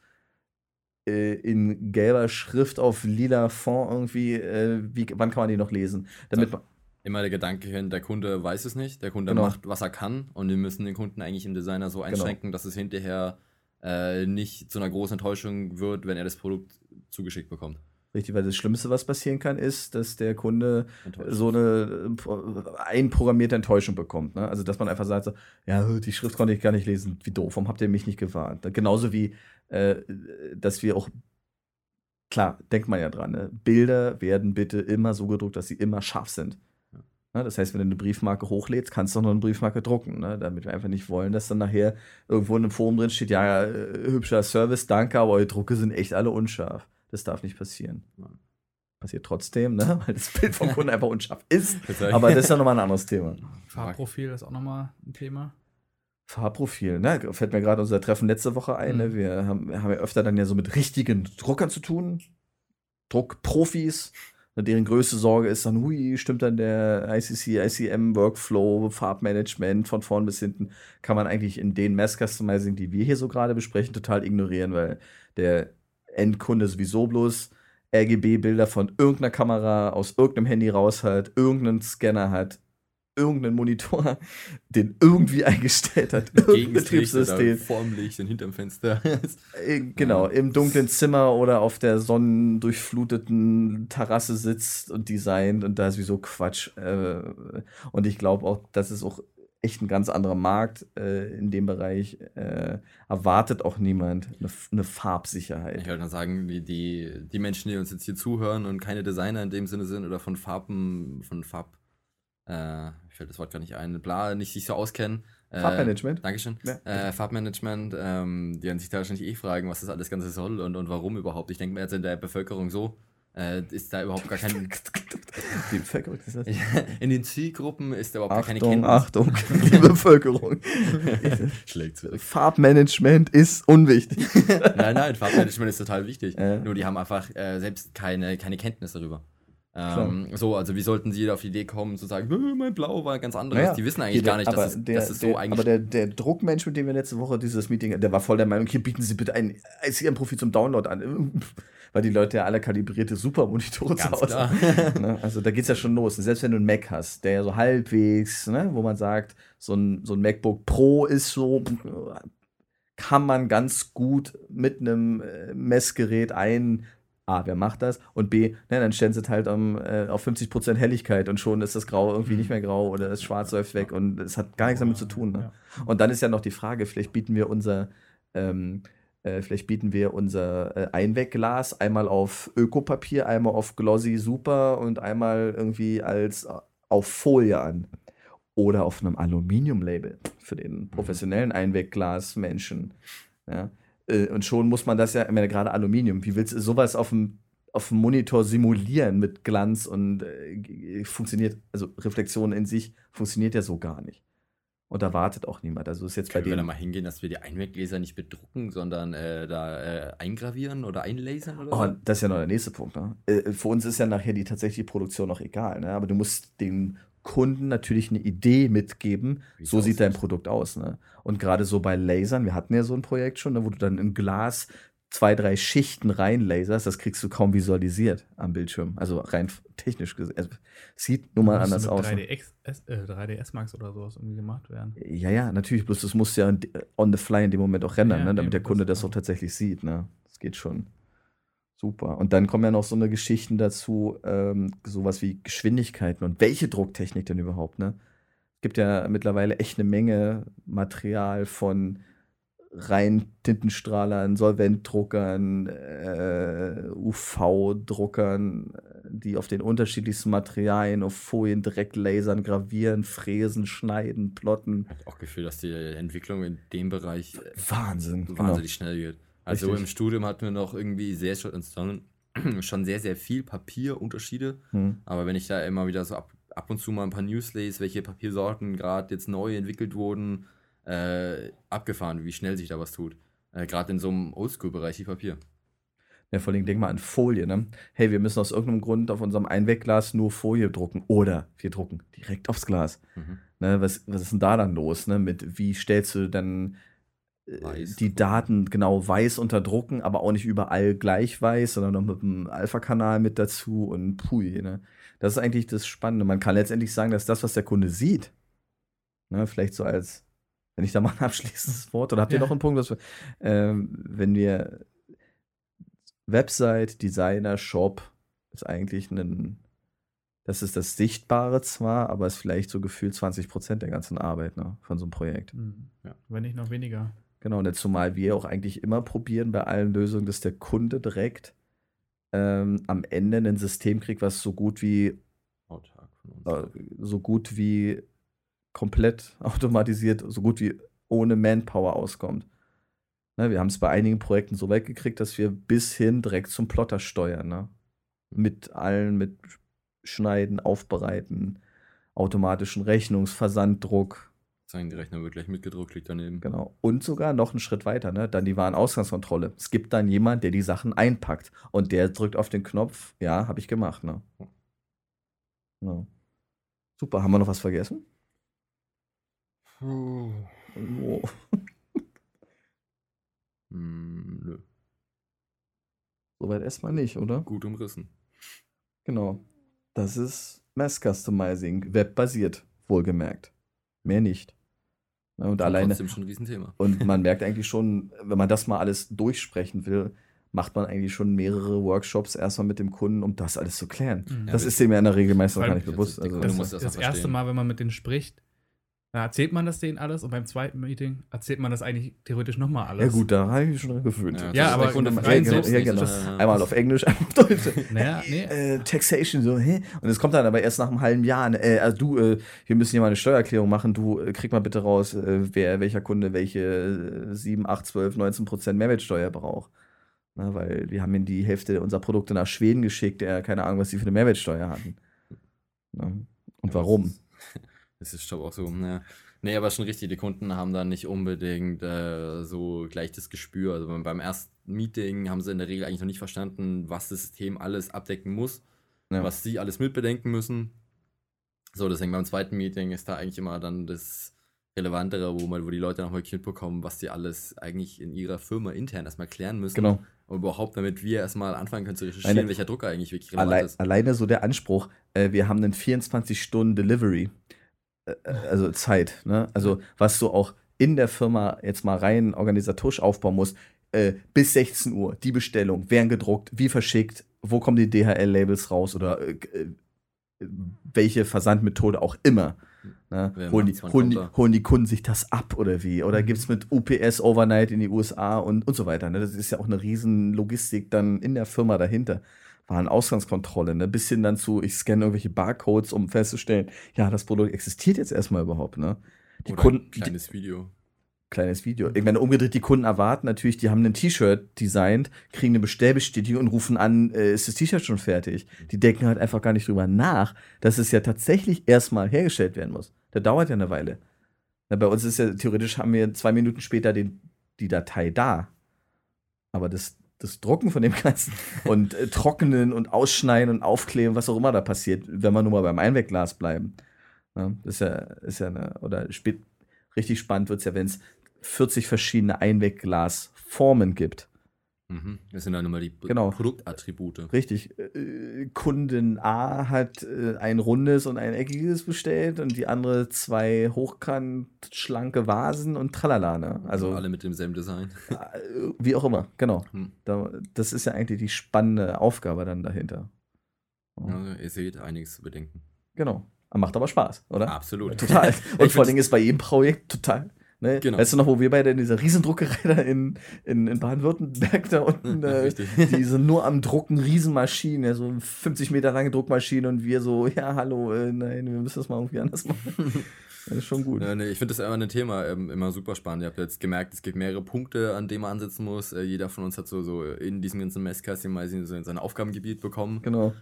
in gelber Schrift auf lila Fond irgendwie, wann kann man die noch lesen? Damit man immer der Gedanke hin, der Kunde weiß es nicht, der Kunde macht, was er kann und wir müssen den Kunden eigentlich im Designer so einschränken, dass es hinterher nicht zu einer großen Enttäuschung wird, wenn er das Produkt zugeschickt bekommt. Richtig, weil das Schlimmste, was passieren kann, ist, dass der Kunde so eine einprogrammierte Enttäuschung bekommt. Ne? Also, dass man einfach sagt, so, ja, die Schrift konnte ich gar nicht lesen, wie doof, warum habt ihr mich nicht gewarnt? Genauso wie, dass wir auch, klar, denkt man ja dran, ne? Bilder werden bitte immer so gedruckt, dass sie immer scharf sind. Ja, das heißt, wenn du eine Briefmarke hochlädst, kannst du auch noch eine Briefmarke drucken, ne? Damit wir einfach nicht wollen, dass dann nachher irgendwo in einem Forum drin steht, ja, hübscher Service, danke, aber eure Drucke sind echt alle unscharf. Das darf nicht passieren. Passiert trotzdem, ne? Weil das Bild vom Kunden einfach unscharf ist. Aber das ist ja nochmal ein anderes Thema. Farbprofil ist auch nochmal ein Thema. Farbprofil, ne? Fällt mir gerade unser Treffen letzte Woche ein. Ne? Wir haben ja öfter dann ja so mit richtigen Druckern zu tun. Druckprofis. Deren größte Sorge ist dann, hui, stimmt dann der ICC, ICM, Workflow, Farbmanagement von vorn bis hinten, kann man eigentlich in den Mass-Customizing, die wir hier so gerade besprechen, total ignorieren, weil der Endkunde sowieso bloß RGB-Bilder von irgendeiner Kamera aus irgendeinem Handy raus hat, irgendeinen Scanner hat, irgendeinen Monitor, den irgendwie eingestellt hat, irgendein Betriebssystem. Vorm Licht und hinterm Fenster. Genau, im dunklen Zimmer oder auf der sonnendurchfluteten Terrasse sitzt und designt und da ist sowieso Quatsch. Und ich glaube auch, das ist auch echt ein ganz anderer Markt in dem Bereich. Erwartet auch niemand eine Farbsicherheit. Ich wollte mal sagen, die Menschen, die uns jetzt hier zuhören und keine Designer in dem Sinne sind oder von ich fällt das Wort gar nicht ein, nicht sich so auskennen. Farbmanagement? Dankeschön. Ja. Farbmanagement, die werden sich da wahrscheinlich fragen, was das alles Ganze soll und warum überhaupt. Ich denke mir jetzt in der Bevölkerung so, ist da überhaupt gar kein... Die Bevölkerung ist das? In den Zielgruppen ist da überhaupt gar keine Kenntnis. Achtung, die Bevölkerung. Schlägt zurück. Farbmanagement ist unwichtig. Nein, Farbmanagement ist total wichtig. Nur die haben einfach selbst keine Kenntnis darüber. Also wie sollten sie auf die Idee kommen, zu sagen, mein Blau war ganz anderes. Naja, die wissen eigentlich gar nicht, dass es so eigentlich... Aber der Druckmensch, mit dem wir letzte Woche dieses Meeting, der war voll der Meinung, hier bieten Sie bitte ein ICM-Profil zum Download an. Weil die Leute ja alle kalibrierte Supermonitore zu Hause haben. Also da geht's ja schon los. Und selbst wenn du einen Mac hast, der ja so halbwegs, wo man sagt, so ein MacBook Pro ist so, kann man ganz gut mit einem Messgerät wer macht das? Und B, dann stellen sie es halt auf 50% Helligkeit und schon ist das Grau irgendwie nicht mehr grau oder das Schwarz läuft weg und es hat gar nichts damit zu tun. Ne? Ja. Und dann ist ja noch die Frage, vielleicht bieten wir unser Einwegglas einmal auf Ökopapier, einmal auf Glossy Super und einmal irgendwie auf Folie an. Oder auf einem Aluminiumlabel für den professionellen Einwegglas-Menschen. Ja. Und schon muss man das ja, ich meine, gerade Aluminium, wie willst du sowas auf dem Monitor simulieren mit Glanz und funktioniert, also Reflexion in sich funktioniert ja so gar nicht. Und da wartet auch niemand. Also ist jetzt Können wir da mal hingehen, dass wir die Einweggläser nicht bedrucken, sondern eingravieren oder einlasern oder so? Das ist ja noch der nächste Punkt. Ne? Für uns ist ja nachher die tatsächliche Produktion noch egal. Ne? Aber du musst den Kunden natürlich eine Idee mitgeben, so sieht dein Produkt aus. Ne? Und gerade so bei Lasern, wir hatten ja so ein Projekt schon, wo du dann in Glas 2, 3 Schichten reinlaserst, das kriegst du kaum visualisiert am Bildschirm. Also rein technisch gesehen. Also, sieht nun mal anders aus. 3ds Max oder sowas irgendwie gemacht werden. Ja, natürlich. Bloß das muss ja on the fly in dem Moment auch rendern, ne? Damit der Kunde das auch tatsächlich sieht. Ne? Das geht schon. Super. Und dann kommen ja noch so eine Geschichten dazu, sowas wie Geschwindigkeiten und welche Drucktechnik denn überhaupt, ne? Es gibt ja mittlerweile echt eine Menge Material von rein Tintenstrahlern, Solventdruckern, UV-Druckern, die auf den unterschiedlichsten Materialien, auf Folien direkt lasern, gravieren, fräsen, schneiden, plotten. Ich habe auch Gefühl, dass die Entwicklung in dem Bereich wahnsinnig schnell geht. Also richtig. Im Studium hatten wir noch irgendwie schon sehr, sehr viel Papierunterschiede. Aber wenn ich da immer wieder so ab und zu mal ein paar News lese, welche Papiersorten gerade jetzt neu entwickelt wurden, abgefahren, wie schnell sich da was tut. Gerade in so einem Oldschool-Bereich wie Papier. Ja, vor allem denk mal an Folie, ne? Hey, wir müssen aus irgendeinem Grund auf unserem Einwegglas nur Folie drucken. Oder wir drucken direkt aufs Glas. Ne, was ist denn da dann los? Ne? Wie stellst du dann die Daten genau weiß unterdrucken, aber auch nicht überall gleich weiß, sondern noch mit einem Alpha-Kanal mit dazu und pui, ne? Das ist eigentlich das Spannende. Man kann letztendlich sagen, dass das, was der Kunde sieht, ne, vielleicht so als, wenn ich da mal ein abschließendes Wort, oder habt ihr noch einen Punkt, wenn wir Website, Designer, Shop ist eigentlich das ist das Sichtbare zwar, aber ist vielleicht so gefühlt 20% der ganzen Arbeit, ne, von so einem Projekt. Ja, wenn nicht noch weniger. Genau, und zumal wir auch eigentlich immer probieren bei allen Lösungen, dass der Kunde direkt am Ende ein System kriegt, was so gut wie komplett automatisiert, so gut wie ohne Manpower auskommt. Ne, wir haben es bei einigen Projekten so weit gekriegt, dass wir bis hin direkt zum Plotter steuern. Ne? Mit Schneiden, Aufbereiten, automatischen Rechnungsversanddruck. Sein Rechner wird gleich mitgedruckt, liegt daneben. Genau. Und sogar noch einen Schritt weiter, ne? Dann die Warenausgangskontrolle. Es gibt dann jemand, der die Sachen einpackt und der drückt auf den Knopf, ja, habe ich gemacht, ne? Ja. Super, haben wir noch was vergessen? Oh. Nö. Soweit erstmal nicht, oder? Gut umrissen. Genau. Das ist Mass Customizing, webbasiert, wohlgemerkt. Mehr nicht. Ja, und alleine. Trotzdem schon ein Riesenthema. Und man merkt eigentlich schon, wenn man das mal alles durchsprechen will, macht man eigentlich schon mehrere Workshops erstmal mit dem Kunden, um das alles zu klären. Mhm. Das Ja, ist dem ja in der Regel meistens noch Weil gar nicht bewusst. die Also, Kunde Das muss ist das das auch erste verstehen. Mal, wenn man mit denen spricht, da erzählt man das denen alles und beim zweiten Meeting erzählt man das eigentlich theoretisch nochmal alles. ja gut, da habe ich mich schon dran gewöhnt. Ja, Ja, das aber der Kunde rein versteht selbst selbst ja, nicht. genau. Einmal auf Englisch, einmal auf Deutsch. Naja, nee. Taxation, so, hä? Und es kommt dann aber erst nach einem halben Jahr, ne, also du, wir müssen hier mal eine Steuererklärung machen, du, krieg mal bitte raus, welcher Kunde welche 7, 8, 12, 19% Mehrwertsteuer braucht. Na, weil wir haben in die Hälfte unserer Produkte nach Schweden geschickt, der keine Ahnung, was die für eine Mehrwertsteuer hatten. Na, und warum? Das ist schon auch so, ne. Nee, aber schon richtig, die Kunden haben da nicht unbedingt so gleich das Gespür. Also beim ersten Meeting haben sie in der Regel eigentlich noch nicht verstanden, was das System alles abdecken muss, Ja. was sie alles mitbedenken müssen. So, deswegen beim zweiten Meeting ist da eigentlich immer dann das Relevantere, wo die Leute noch wirklich mitbekommen, was sie alles eigentlich in ihrer Firma intern erstmal klären müssen. Genau. Und überhaupt, damit wir erstmal anfangen können zu recherchieren, welcher Drucker eigentlich wirklich relevant ist. Alleine so der Anspruch, wir haben einen 24-Stunden-Delivery, also Zeit, ne? Also was du auch in der Firma jetzt mal rein organisatorisch aufbauen musst, bis 16 Uhr, die Bestellung, werden gedruckt, wie verschickt, wo kommen die DHL-Labels raus oder welche Versandmethode auch immer. Ne? Wer Holen, macht's, wann holen, kommt die, er? holen die Kunden sich das ab oder wie? Oder gibt es mit UPS Overnight in die USA und so weiter. Ne? Das ist ja auch eine riesen Logistik dann in der Firma dahinter. Warenausgangskontrolle, ne? Bis hin dann zu, ich scanne irgendwelche Barcodes, um festzustellen, ja, das Produkt existiert jetzt erstmal überhaupt. Ne? Die Oder Kunden, ein kleines Video. kleines Video. Ich meine, umgedreht, die Kunden erwarten natürlich, die haben ein T-Shirt designt, kriegen eine Bestellbestätigung und rufen an, ist das T-Shirt schon fertig? Die denken halt einfach gar nicht drüber nach, dass es ja tatsächlich erstmal hergestellt werden muss. Das dauert ja eine Weile. Na, bei uns ist ja, theoretisch haben wir 2 Minuten später die Datei da. Aber das Drucken von dem Ganzen und Trocknen und Ausschneiden und Aufkleben, was auch immer da passiert, wenn wir nur mal beim Einwegglas bleiben. Ne? Das ist ja eine, oder richtig spannend wird es ja, wenn es 40 verschiedene Einwegglasformen gibt. Das sind dann immer die Genau. Produktattribute. Richtig. Kundin A hat ein rundes und ein eckiges bestellt und die andere 2 hochkant schlanke Vasen und tralala. Ne? Also alle mit demselben Design. wie auch immer, genau. Hm. Das ist ja eigentlich die spannende Aufgabe dann dahinter. Also, ihr seht einiges zu bedenken. Genau. Macht aber Spaß, oder? Absolut. Total. Und Ich vor allen find's- Dingen ist bei jedem Projekt total. Ne? Genau. Weißt du noch, wo wir beide in dieser Riesendruckerei da in Baden-Württemberg da unten, Richtig. diese nur am Drucken Riesenmaschinen, ja, so 50 Meter lange Druckmaschine und wir so, ja, hallo, nein, wir müssen das mal irgendwie anders machen. Das ist schon gut. Ja, nee, ich finde das immer ein Thema immer super spannend. Ihr habt jetzt gemerkt, es gibt mehrere Punkte, an denen man ansetzen muss. Jeder von uns hat so in diesem ganzen Messkasten mal so in sein Aufgabengebiet bekommen. Genau.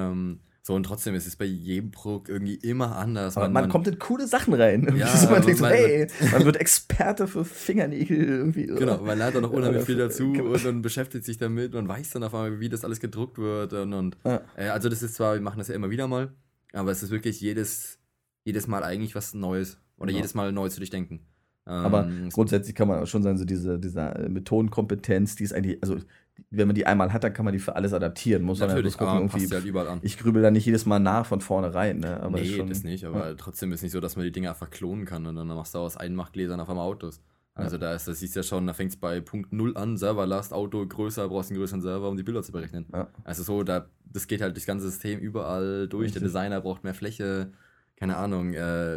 So, und trotzdem ist es bei jedem Produkt irgendwie immer anders. Aber man kommt in coole Sachen rein. Irgendwie Ja, so, man denkt so, man- hey, man wird Experte für Fingernägel irgendwie. Genau, man lernt da noch unheimlich viel dazu Genau. und beschäftigt sich damit und weiß dann auf einmal, wie das alles gedruckt wird. Ja. Also das ist zwar, wir machen das ja immer wieder mal, aber es ist wirklich jedes Mal eigentlich was Neues. Oder Genau. jedes Mal neu zu durchdenken. Aber grundsätzlich kann man auch schon sagen, so diese Methodenkompetenz, die ist eigentlich, also wenn man die einmal hat, dann kann man die für alles adaptieren. Muss man halt natürlich, bloß aber gucken, man passt irgendwie. ja halt überall an. Ich grübel da nicht jedes Mal nach von vornherein, ne? Aber Nee, schon, das nicht, aber trotzdem ist nicht so, dass man die Dinge einfach klonen kann und dann machst du aus Einmachgläsern auf einmal Autos. Also das siehst du ja schon, da fängt es bei Punkt 0 an, Serverlast, Auto größer, brauchst einen größeren Server, um die Bilder zu berechnen. Ja. Also so, das geht halt das ganze System überall durch, der Richtig. Designer braucht mehr Fläche, keine Ahnung,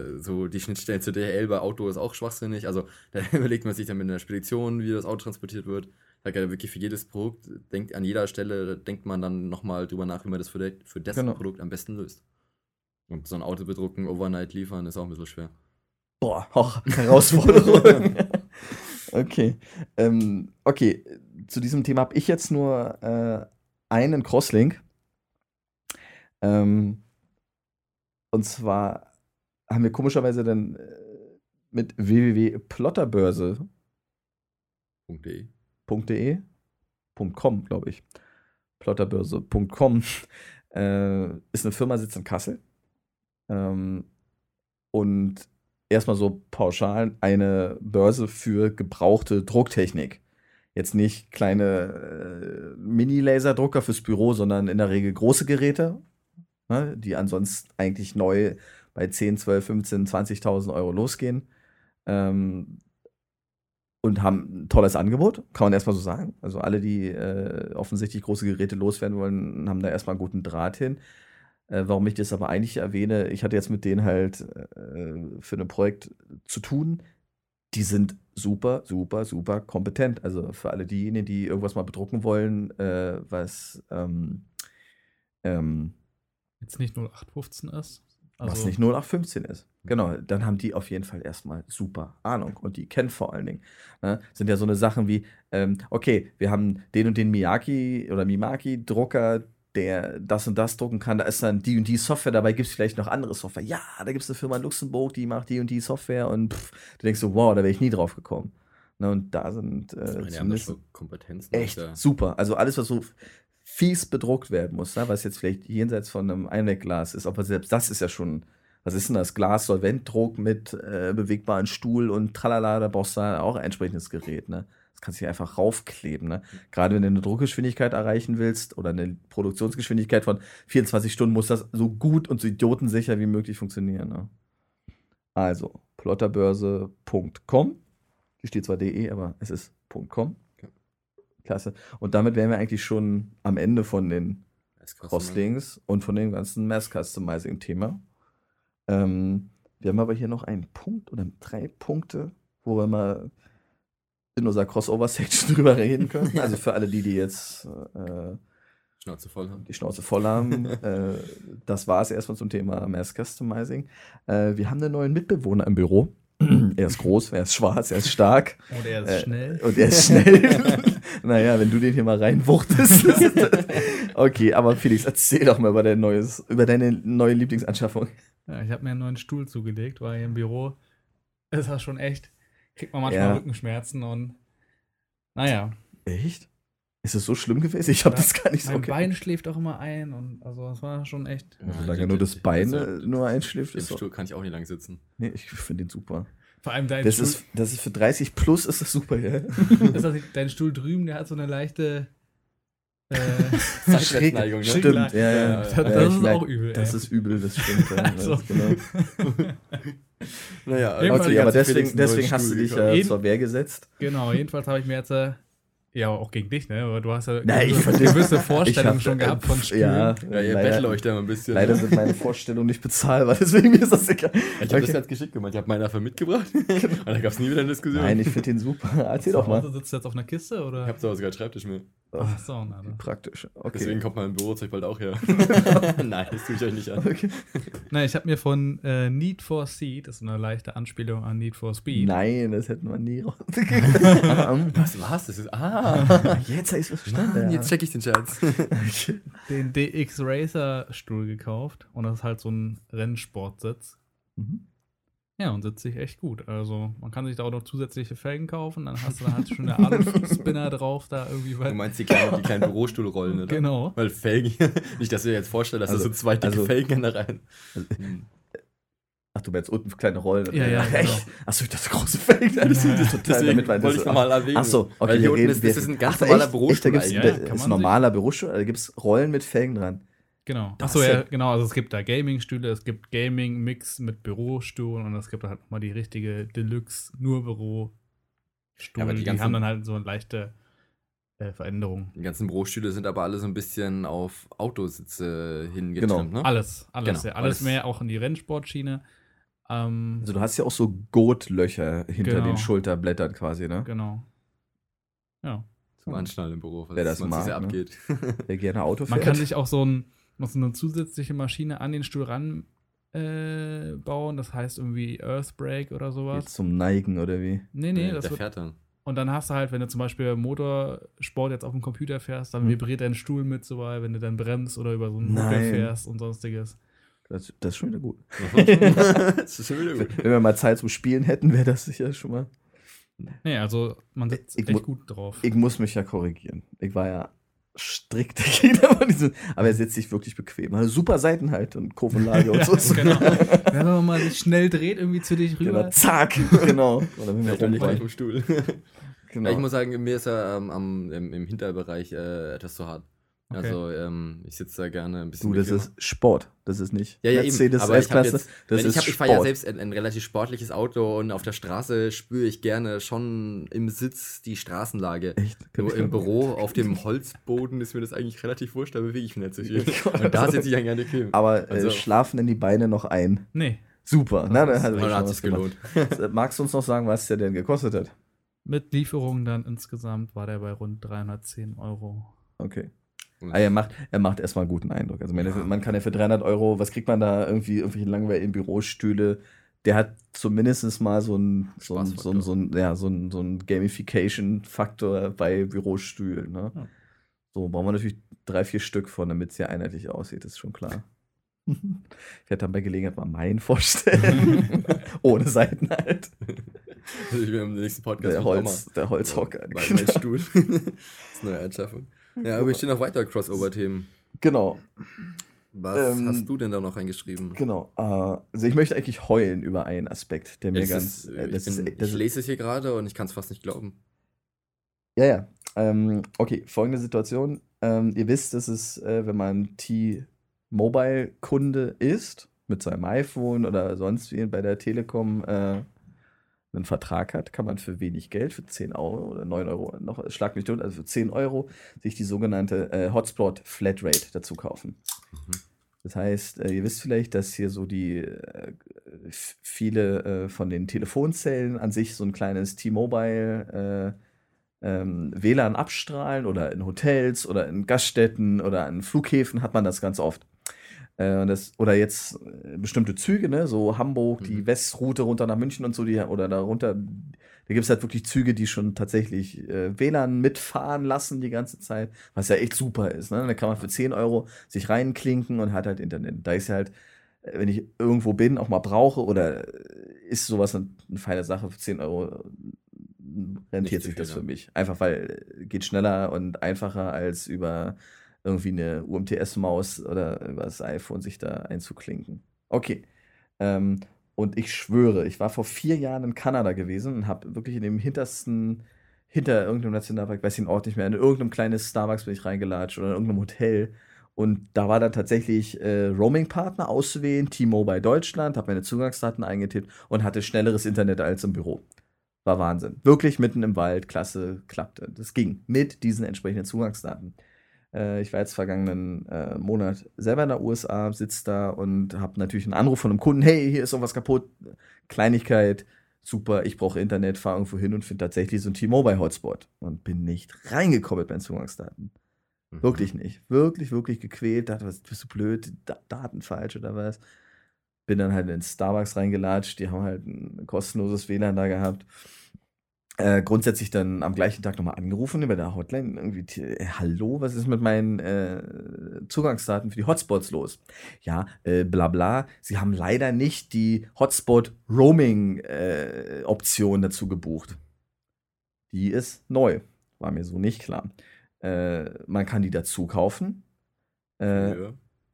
so die Schnittstellen zu DHL bei Auto ist auch schwachsinnig, also da überlegt man sich dann mit einer Spedition, wie das Auto transportiert wird. Da geht wirklich für jedes Produkt, an jeder Stelle denkt man dann nochmal drüber nach, wie man das für das Genau. Produkt am besten löst. Und so ein Auto bedrucken, Overnight liefern, ist auch ein bisschen schwer. Boah, auch Herausforderung. Okay. Okay, zu diesem Thema habe ich jetzt nur einen Crosslink. Und zwar haben wir komischerweise dann mit www.plotterbörse.de, .com, glaube ich. Plotterbörse.com ist eine Firma, sitzt in Kassel. Und erstmal so pauschal eine Börse für gebrauchte Drucktechnik. Jetzt nicht kleine Mini-Laserdrucker fürs Büro, sondern in der Regel große Geräte, ne, die ansonsten eigentlich neu bei 10, 12, 15, 20.000 Euro losgehen. Und haben ein tolles Angebot, kann man erstmal so sagen. Also alle, die offensichtlich große Geräte loswerden wollen, haben da erstmal einen guten Draht hin. Warum ich das aber eigentlich erwähne, ich hatte jetzt mit denen halt für ein Projekt zu tun. Die sind super, super, super kompetent. Also für alle diejenigen, die irgendwas mal bedrucken wollen, was Jetzt nicht 0815 ist. was nicht 0815 ist. Genau, dann haben die auf jeden Fall erstmal super Ahnung und die kennen vor allen Dingen. Ne? Sind ja so eine Sachen wie, okay, wir haben den und den Miyake oder Mimaki-Drucker, der das und das drucken kann, da ist dann die und die Software, dabei gibt es vielleicht noch andere Software. Ja, da gibt es eine Firma in Luxemburg, die macht die und die Software und du denkst so, wow, da wäre ich nie drauf gekommen. Ne? Und da sind Die haben das zumindest schon Kompetenzen. echt da. super. Also alles, was so fies bedruckt werden muss, ne? Was jetzt vielleicht jenseits von einem Einwegglas ist, aber selbst das ist ja schon, was ist denn das? Glas-Solventdruck mit bewegbaren Stuhl und tralala, da brauchst du auch ein entsprechendes Gerät, ne? Das kannst du hier einfach raufkleben, ne? Gerade wenn du eine Druckgeschwindigkeit erreichen willst oder eine Produktionsgeschwindigkeit von 24 Stunden, muss das so gut und so idiotensicher wie möglich funktionieren, ne? Also, plotterbörse.com. Hier steht zwar de, aber es ist .com. Ja. Klasse. Und damit wären wir eigentlich schon am Ende von den Mass-Customizing. Crosslings und von dem ganzen Mass-Customizing-Thema. Wir haben aber hier noch einen Punkt oder 3 Punkte, wo wir mal in unserer Crossover-Section drüber reden können. Also für alle, die jetzt Schnauze voll haben. die Schnauze voll haben. Das war es erstmal zum Thema Mass Customizing. Wir haben einen neuen Mitbewohner im Büro. Er ist groß, er ist schwarz, er ist stark. Und er ist schnell. Und er ist schnell. Naja, wenn du den hier mal reinwuchtest. Okay, aber Felix, erzähl doch mal über deine neue Lieblingsanschaffung. Ja, ich habe mir einen neuen Stuhl zugelegt, weil hier im Büro ist das schon echt. Kriegt man manchmal Ja. Rückenschmerzen und naja. Echt? Ist es so schlimm gewesen? Ich habe das gar nicht so Mein Bein schläft auch immer ein und also das war schon echt. Solange nur das Bein nur einschläft, Im ist so. Stuhl kann ich auch nicht lang sitzen. Nee, ich finde den super. Vor allem dein Das Stuhl, ist für 30 plus ist das super, ja. dein Stuhl drüben, der hat so eine leichte Seitwärtsneigung, ne? Stimmt, ja. Das Ja, ist ich merk, auch übel. Das ey. ist übel, das stimmt. Ja, Also. weiß genau. Naja, Jedenfalls Okay, aber hat sich Felix deswegen einen neuen hast du Stuhl dich gekauft. zur Wehr gesetzt. Genau, jedenfalls habe ich mir jetzt ja auch gegen dich, ne? Aber du hast ja Nein, ich eine fand- gewisse Vorstellung hab, schon gehabt von Stühlen. Ja, Ja, ihr bettelt euch da mal ein bisschen. leider sind meine Vorstellungen nicht bezahlbar, deswegen mir ist das egal. Ich habe das ganz geschickt gemacht. Ich habe meinen einfach mitgebracht. Und da gab es nie wieder eine Diskussion. Nein, ich finde den super. Erzähl Zu doch mal. Hause sitzt du jetzt auf einer Kiste oder? Ich habe zu Hause sogar einen Schreibtisch mit. Ach so, na, Wie praktisch. Okay. Deswegen kommt mein Bürozeug bald auch her. Nein, das tue ich euch nicht an. Okay. Nein, ich habe mir von Need for Speed, das ist eine leichte Anspielung an Need for Speed. Nein, das hätten wir nie Was war's? Das ist. Jetzt habe ich es verstanden. Mann, jetzt check ich den Scherz. Den DX Racer Stuhl gekauft und das ist halt so ein Rennsportsitz. Mhm. Ja, und sitzt sich echt gut. Also man kann sich da auch noch zusätzliche Felgen kaufen, dann hast du dann halt schon eine Alu-Spinner drauf da irgendwie. Du Weil, meinst die kleinen Bürostuhlrollen, oder? genau. Weil Felgen, nicht, dass ihr jetzt vorstellt, dass Also- da so zwei dicke also- Felgen da rein. Ach, du meinst unten kleine Rollen. Ja, Ach, genau. echt? Achso, ich dachte große Fake. Ja. Das ist total, Deswegen damit wir wollte ich nochmal erwähnen. Achso, okay. Weil hier wir unten reden- ist ein ganz Ach, normaler echt? Bürostuhl. Echt, da gibt's, eigentlich. Ja, da kann ist man ein normaler Bürostuhl, da gibt es Rollen mit Felgen dran. Genau. Das Achso, ist ja, ja- genau. Also es gibt da Gaming-Stühle, es gibt Gaming-Mix mit Bürostuhl und es gibt halt nochmal die richtige Deluxe, nur Bürostuhl. Ja, aber die die ganzen- haben dann halt so eine leichte Veränderung. Die ganzen Bürostühle sind aber alle so ein bisschen auf Autositze hingetrimmt, Genau. ne? Alles, Genau, ja. Alles alles. mehr auch in die Rennsportschiene. Also du hast ja auch so Gurtlöcher hinter Genau. den Schulterblättern quasi, ne? Genau. Ja. Zum Anschnallen im Büro, Wer das man mag, sich ne? abgeht. Wer gerne Auto Man fährt. kann sich auch noch so eine zusätzliche Maschine an den Stuhl ran bauen. Das heißt irgendwie Earthbrake oder sowas. Jetzt zum Neigen oder wie? Nee, Der das wird. fährt dann. Und dann hast du halt, wenn du zum Beispiel Motorsport jetzt auf dem Computer fährst, dann Mhm. vibriert dein Stuhl mit so, weil wenn du dann bremst oder über so einen Nein. Huckel fährst und sonstiges. Das ist schon wieder gut. Das ist schon wieder gut. Wenn wir mal Zeit zum Spielen hätten, wäre das sicher schon mal. Nee, also man sitzt echt gut drauf. Ich muss mich ja korrigieren. Ich war ja strikt Gegner von diesem, aber er sitzt sich wirklich bequem. Also super Seiten halt und Kurvenlage und so. Genau. Wenn man mal sich schnell dreht, irgendwie zu dich rüber. Genau, zack, genau. Oder wenn wir Ich bin nicht rumrollen. vom Stuhl. Genau. Ja, ich muss sagen, mir ist er im Hinterbereich etwas zu hart. Okay. Also ich sitze da gerne ein bisschen Du, das bequemer. ist Sport. Das ist nicht Ja, eben. Mercedes Aber ich hab S-Klasse. jetzt, Das ist ich fahre ja Sport. selbst ein relativ sportliches Auto und auf der Straße spüre ich gerne schon im Sitz die Straßenlage. Echt? Nur im Büro auf dem Holzboden ist mir das eigentlich relativ wurscht, da bewege ich mich nicht so viel. Ja. Und da sitze ich dann gerne bequem. Aber Also- schlafen denn die Beine noch ein? Nee, Super. Na, dann hat Dann wirklich hat schon es was gemacht. gelohnt. Magst du uns noch sagen, was der denn gekostet hat? mit Lieferung dann insgesamt war der bei rund 310 Euro. Okay. Er macht erstmal einen guten Eindruck. Also man kann ja für 300 Euro, was kriegt man da? Irgendwelche langweiligen Bürostühle. Der hat zumindest mal so ein Gamification-Faktor bei Bürostühlen. Ne? Ja. So brauchen wir natürlich 3-4 Stück von, damit es ja einheitlich aussieht, ist schon klar. Ich werde dann bei Gelegenheit mal meinen vorstellen. Ohne Seiten halt. Also ich bin im nächsten Podcast Der Holzhocker. Mein Stuhl. Das ist eine neue Anschaffung. Ja, aber ich stehe noch weiter Crossover-Themen. Genau. Was hast du denn da noch reingeschrieben? Genau. Also ich möchte eigentlich heulen über einen Aspekt, der mir Ich lese es hier gerade und ich kann es fast nicht glauben. Ja. Okay, folgende Situation. Ihr wisst, dass es, wenn man T-Mobile-Kunde ist, mit seinem iPhone oder sonst wie bei der Telekom einen Vertrag hat, kann man für wenig Geld, für 10 Euro oder 9 Euro, noch, schlag mich tot, also für 10 Euro, sich die sogenannte Hotspot Flatrate dazu kaufen. Das heißt, ihr wisst vielleicht, dass hier so viele von den Telefonzellen an sich so ein kleines T-Mobile WLAN abstrahlen oder in Hotels oder in Gaststätten oder an Flughäfen hat man das ganz oft. Oder jetzt bestimmte Züge, ne, so Hamburg, die Westroute runter nach München und so, oder da runter, da gibt es halt wirklich Züge, die schon tatsächlich WLAN mitfahren lassen die ganze Zeit, was ja echt super ist, ne? Da kann man für 10 Euro sich reinklinken und hat halt Internet. Da ist ja halt, wenn ich irgendwo bin, auch mal brauche, oder ist sowas eine feine Sache, für 10 Euro rentiert sich das für mich. Einfach weil geht schneller und einfacher als über irgendwie eine UMTS-Maus oder über das iPhone sich da einzuklinken. Okay. Und ich schwöre, ich war vor 4 Jahren in Kanada gewesen und habe wirklich in dem hinter irgendeinem Nationalpark, weiß ich den Ort nicht mehr, in irgendeinem kleines Starbucks bin ich reingelatscht oder in irgendeinem Hotel. Und da war dann tatsächlich Roaming-Partner auszuwählen, T-Mobile Deutschland, habe meine Zugangsdaten eingetippt und hatte schnelleres Internet als im Büro. War Wahnsinn. Wirklich mitten im Wald, klasse, klappte. Das ging mit diesen entsprechenden Zugangsdaten. Ich war jetzt vergangenen Monat selber in der USA, sitze da und habe natürlich einen Anruf von einem Kunden, hey, hier ist irgendwas kaputt, Kleinigkeit, super, ich brauche Internet, fahre irgendwo hin und finde tatsächlich so einen T-Mobile-Hotspot und bin nicht reingekommen mit meinen Zugangsdaten. Wirklich nicht. Wirklich, wirklich gequält, dachte, was bist du blöd, Daten falsch oder was. Bin dann halt in Starbucks reingelatscht, die haben halt ein kostenloses WLAN da gehabt. Grundsätzlich dann am gleichen Tag nochmal angerufen über der Hotline. Irgendwie, hallo, was ist mit meinen Zugangsdaten für die Hotspots los? Ja, bla bla. Sie haben leider nicht die Hotspot-Roaming-Option dazu gebucht. Die ist neu. War mir so nicht klar. Man kann die dazu kaufen. Ja.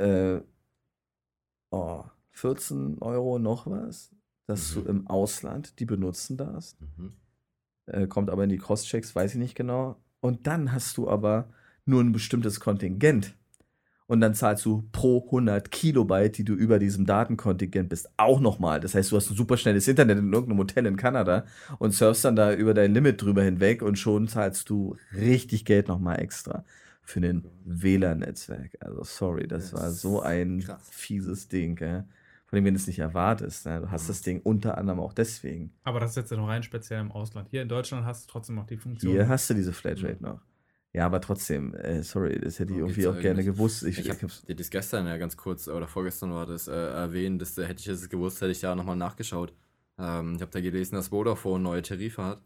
14 Euro noch was, dass du im Ausland die benutzen darfst. Kommt aber in die Crosschecks, weiß ich nicht genau. Und dann hast du aber nur ein bestimmtes Kontingent. Und dann zahlst du pro 100 Kilobyte, die du über diesem Datenkontingent bist, auch nochmal. Das heißt, du hast ein super schnelles Internet in irgendeinem Hotel in Kanada und surfst dann da über dein Limit drüber hinweg und schon zahlst du richtig Geld nochmal extra für ein WLAN-Netzwerk. Also sorry, das war so ein krass. fieses Ding, gell? Vor allem, wenn du es nicht erwartest. Ne? Du hast das Ding unter anderem auch deswegen. Aber das ist jetzt ja noch rein speziell im Ausland. Hier in Deutschland hast du trotzdem noch die Funktion. Hier hast du diese Flatrate noch. Ja, aber trotzdem, sorry, das hätte ich irgendwie auch gerne gewusst. Ich habe dir das gestern ja ganz kurz, oder vorgestern war das, erwähnt, dass hätte ich es gewusst, hätte ich da nochmal nachgeschaut. Ich habe da gelesen, dass Vodafone neue Tarife hat.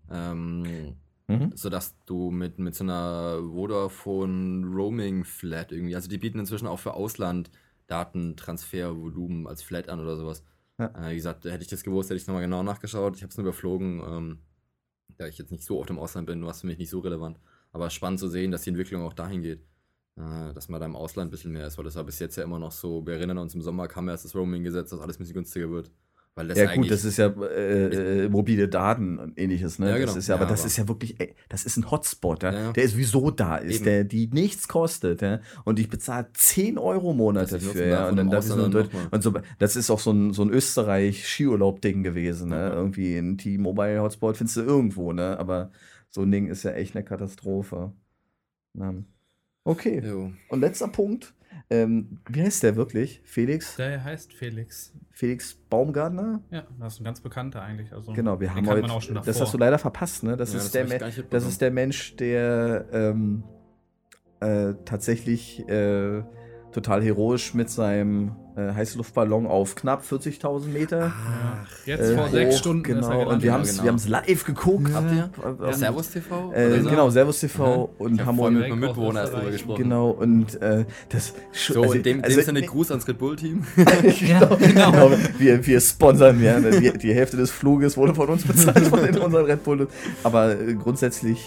Sodass du mit so einer Vodafone Roaming Flat irgendwie, also die bieten inzwischen auch für Ausland Datentransfervolumen als Flat an oder sowas. Ja. Wie gesagt, hätte ich das gewusst, hätte ich nochmal genau nachgeschaut. Ich habe es nur überflogen, da ich jetzt nicht so oft im Ausland bin, war es für mich nicht so relevant. Aber spannend zu sehen, dass die Entwicklung auch dahin geht, dass man da im Ausland ein bisschen mehr ist, weil das war bis jetzt ja immer noch so, wir erinnern uns, im Sommer kam erst das Roaming-Gesetz, dass alles ein bisschen günstiger wird. Weil das Ja gut, das ist ja mobile Daten und ähnliches, ne? Ja, genau. Das ist ja, aber das ist ja wirklich, das ist ein Hotspot, ja? Ja. Der sowieso da ist, die nichts kostet, ja? Und ich bezahle 10 Euro im Monat Das ich dafür, nutzen ja? darf Und dann und darf ich im so Ausland dann und so, das ist auch so ein Österreich-Skiurlaub-Ding gewesen, ne? Ja. Irgendwie ein T-Mobile-Hotspot findest du irgendwo, ne? Aber so ein Ding ist ja echt eine Katastrophe. Ja. Okay. Jo. Und letzter Punkt. Wie heißt der wirklich? Felix? Der heißt Felix. Felix Baumgartner? Ja, das ist ein ganz bekannter eigentlich. Also, Genau, wir den haben kannte heute. man auch schon Das davor. hast du leider verpasst, ne? Das Ja, ist das der hab ich gar nicht das ist der Mensch, der tatsächlich total heroisch mit seinem Heißluftballon auf knapp 40.000 Meter. Ja. Jetzt vor 6 Stunden ist er Genau, gelandet. und wir Genau. haben es live geguckt. Habt ihr? Ja. Servus TV? Oder so? Genau, Servus TV Ja. und Ich hab haben voll mit uns, meinem Mitbewohner erst drüber Österreich. gesprochen. genau, und das So, also- in dem also- Sinne Gruß ans Red Bull-Team. genau. Wir sponsern, ja. Die Hälfte des Fluges wurde von uns bezahlt, von unseren Red Bull. Aber grundsätzlich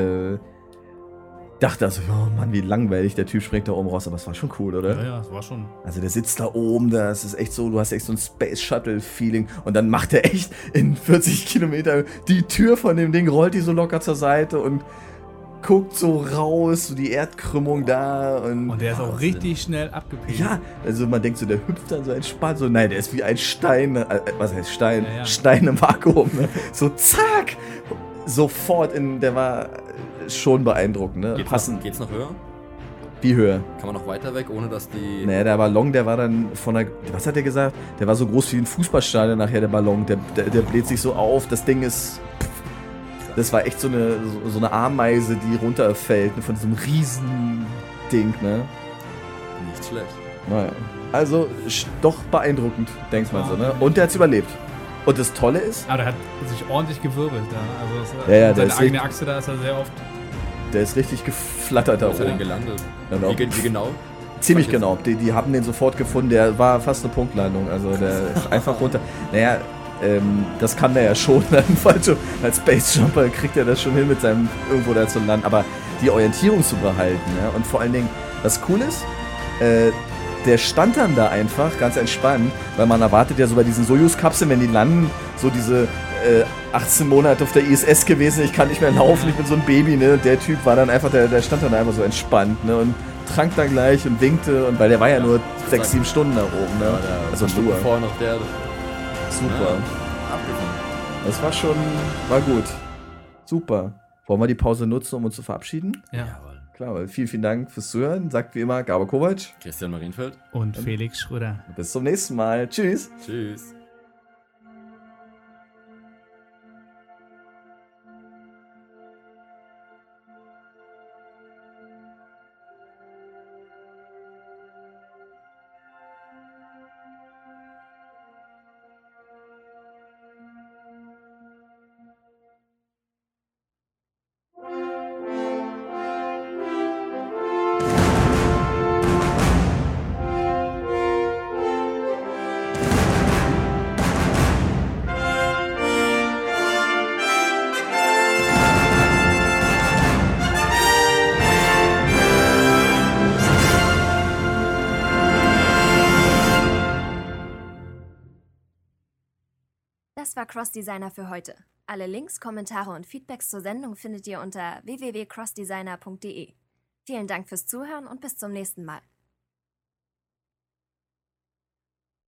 dachte also, oh Mann, wie langweilig, der Typ springt da oben raus. Aber es war schon cool, oder? Ja, das war schon. Also der sitzt da oben, das ist echt so, du hast echt so ein Space-Shuttle-Feeling. Und dann macht er echt in 40 Kilometer die Tür von dem Ding, rollt die so locker zur Seite und guckt so raus, so die Erdkrümmung da. Und der ist auch Wahnsinn. richtig schnell abgepegelt. Ja, also man denkt so, der hüpft dann so entspannt, so nein, der ist wie ein Stein, was heißt Stein? Ja, ja. Stein im Vakuum, ne? So zack, sofort der war schon beeindruckend, ne? Geht's noch höher? Wie höher? Kann man noch weiter weg, ohne dass die... Naja, der Ballon, der war dann was hat er gesagt? Der war so groß wie ein Fußballstadion nachher, der Ballon, der bläht sich so auf, das Ding ist, das war echt so eine Ameise, die runterfällt, ne? Von diesem riesen Ding, ne? Nicht schlecht. Naja. Also doch beeindruckend, denkt man so, ne? Und der hat's überlebt. Und das Tolle ist, Aber der hat sich ordentlich gewirbelt da. Also Ja, der seine ist eigene Achse, da ist er sehr oft. der ist richtig geflattert da Wo ist er denn oben. gelandet? Genau. Wie genau? Ziemlich genau. Die haben den sofort gefunden, der war fast eine Punktlandung. Also der ist einfach runter. Naja, das kann der ja schon. Als Space Jumper kriegt er das schon hin, mit seinem irgendwo da zu landen. Aber die Orientierung zu behalten, ja? Und vor allen Dingen, was cool ist, der stand dann da einfach ganz entspannt, weil man erwartet ja so bei diesen Sojus-Kapseln, wenn die landen, so diese 18 Monate auf der ISS gewesen, ich kann nicht mehr laufen, ich bin so ein Baby, ne? Und der Typ war dann einfach, der stand dann einfach so entspannt, ne? Und trank dann gleich und winkte, und weil der war ja nur 6-7 Stunden da oben, ne? Also Stunden nur. vorher noch der. Super. Abgefahren. Das war gut. Super. Wollen wir die Pause nutzen, um uns zu verabschieden? Ja. Jawohl. Klar, weil vielen Dank fürs Zuhören. Sagt wie immer Gabor Kovac. Christian Marienfeld. Und Felix Schröder. Bis zum nächsten Mal. Tschüss. Tschüss. Das war Crossdesigner für heute. Alle Links, Kommentare und Feedbacks zur Sendung findet ihr unter www.crossdesigner.de. Vielen Dank fürs Zuhören und bis zum nächsten Mal.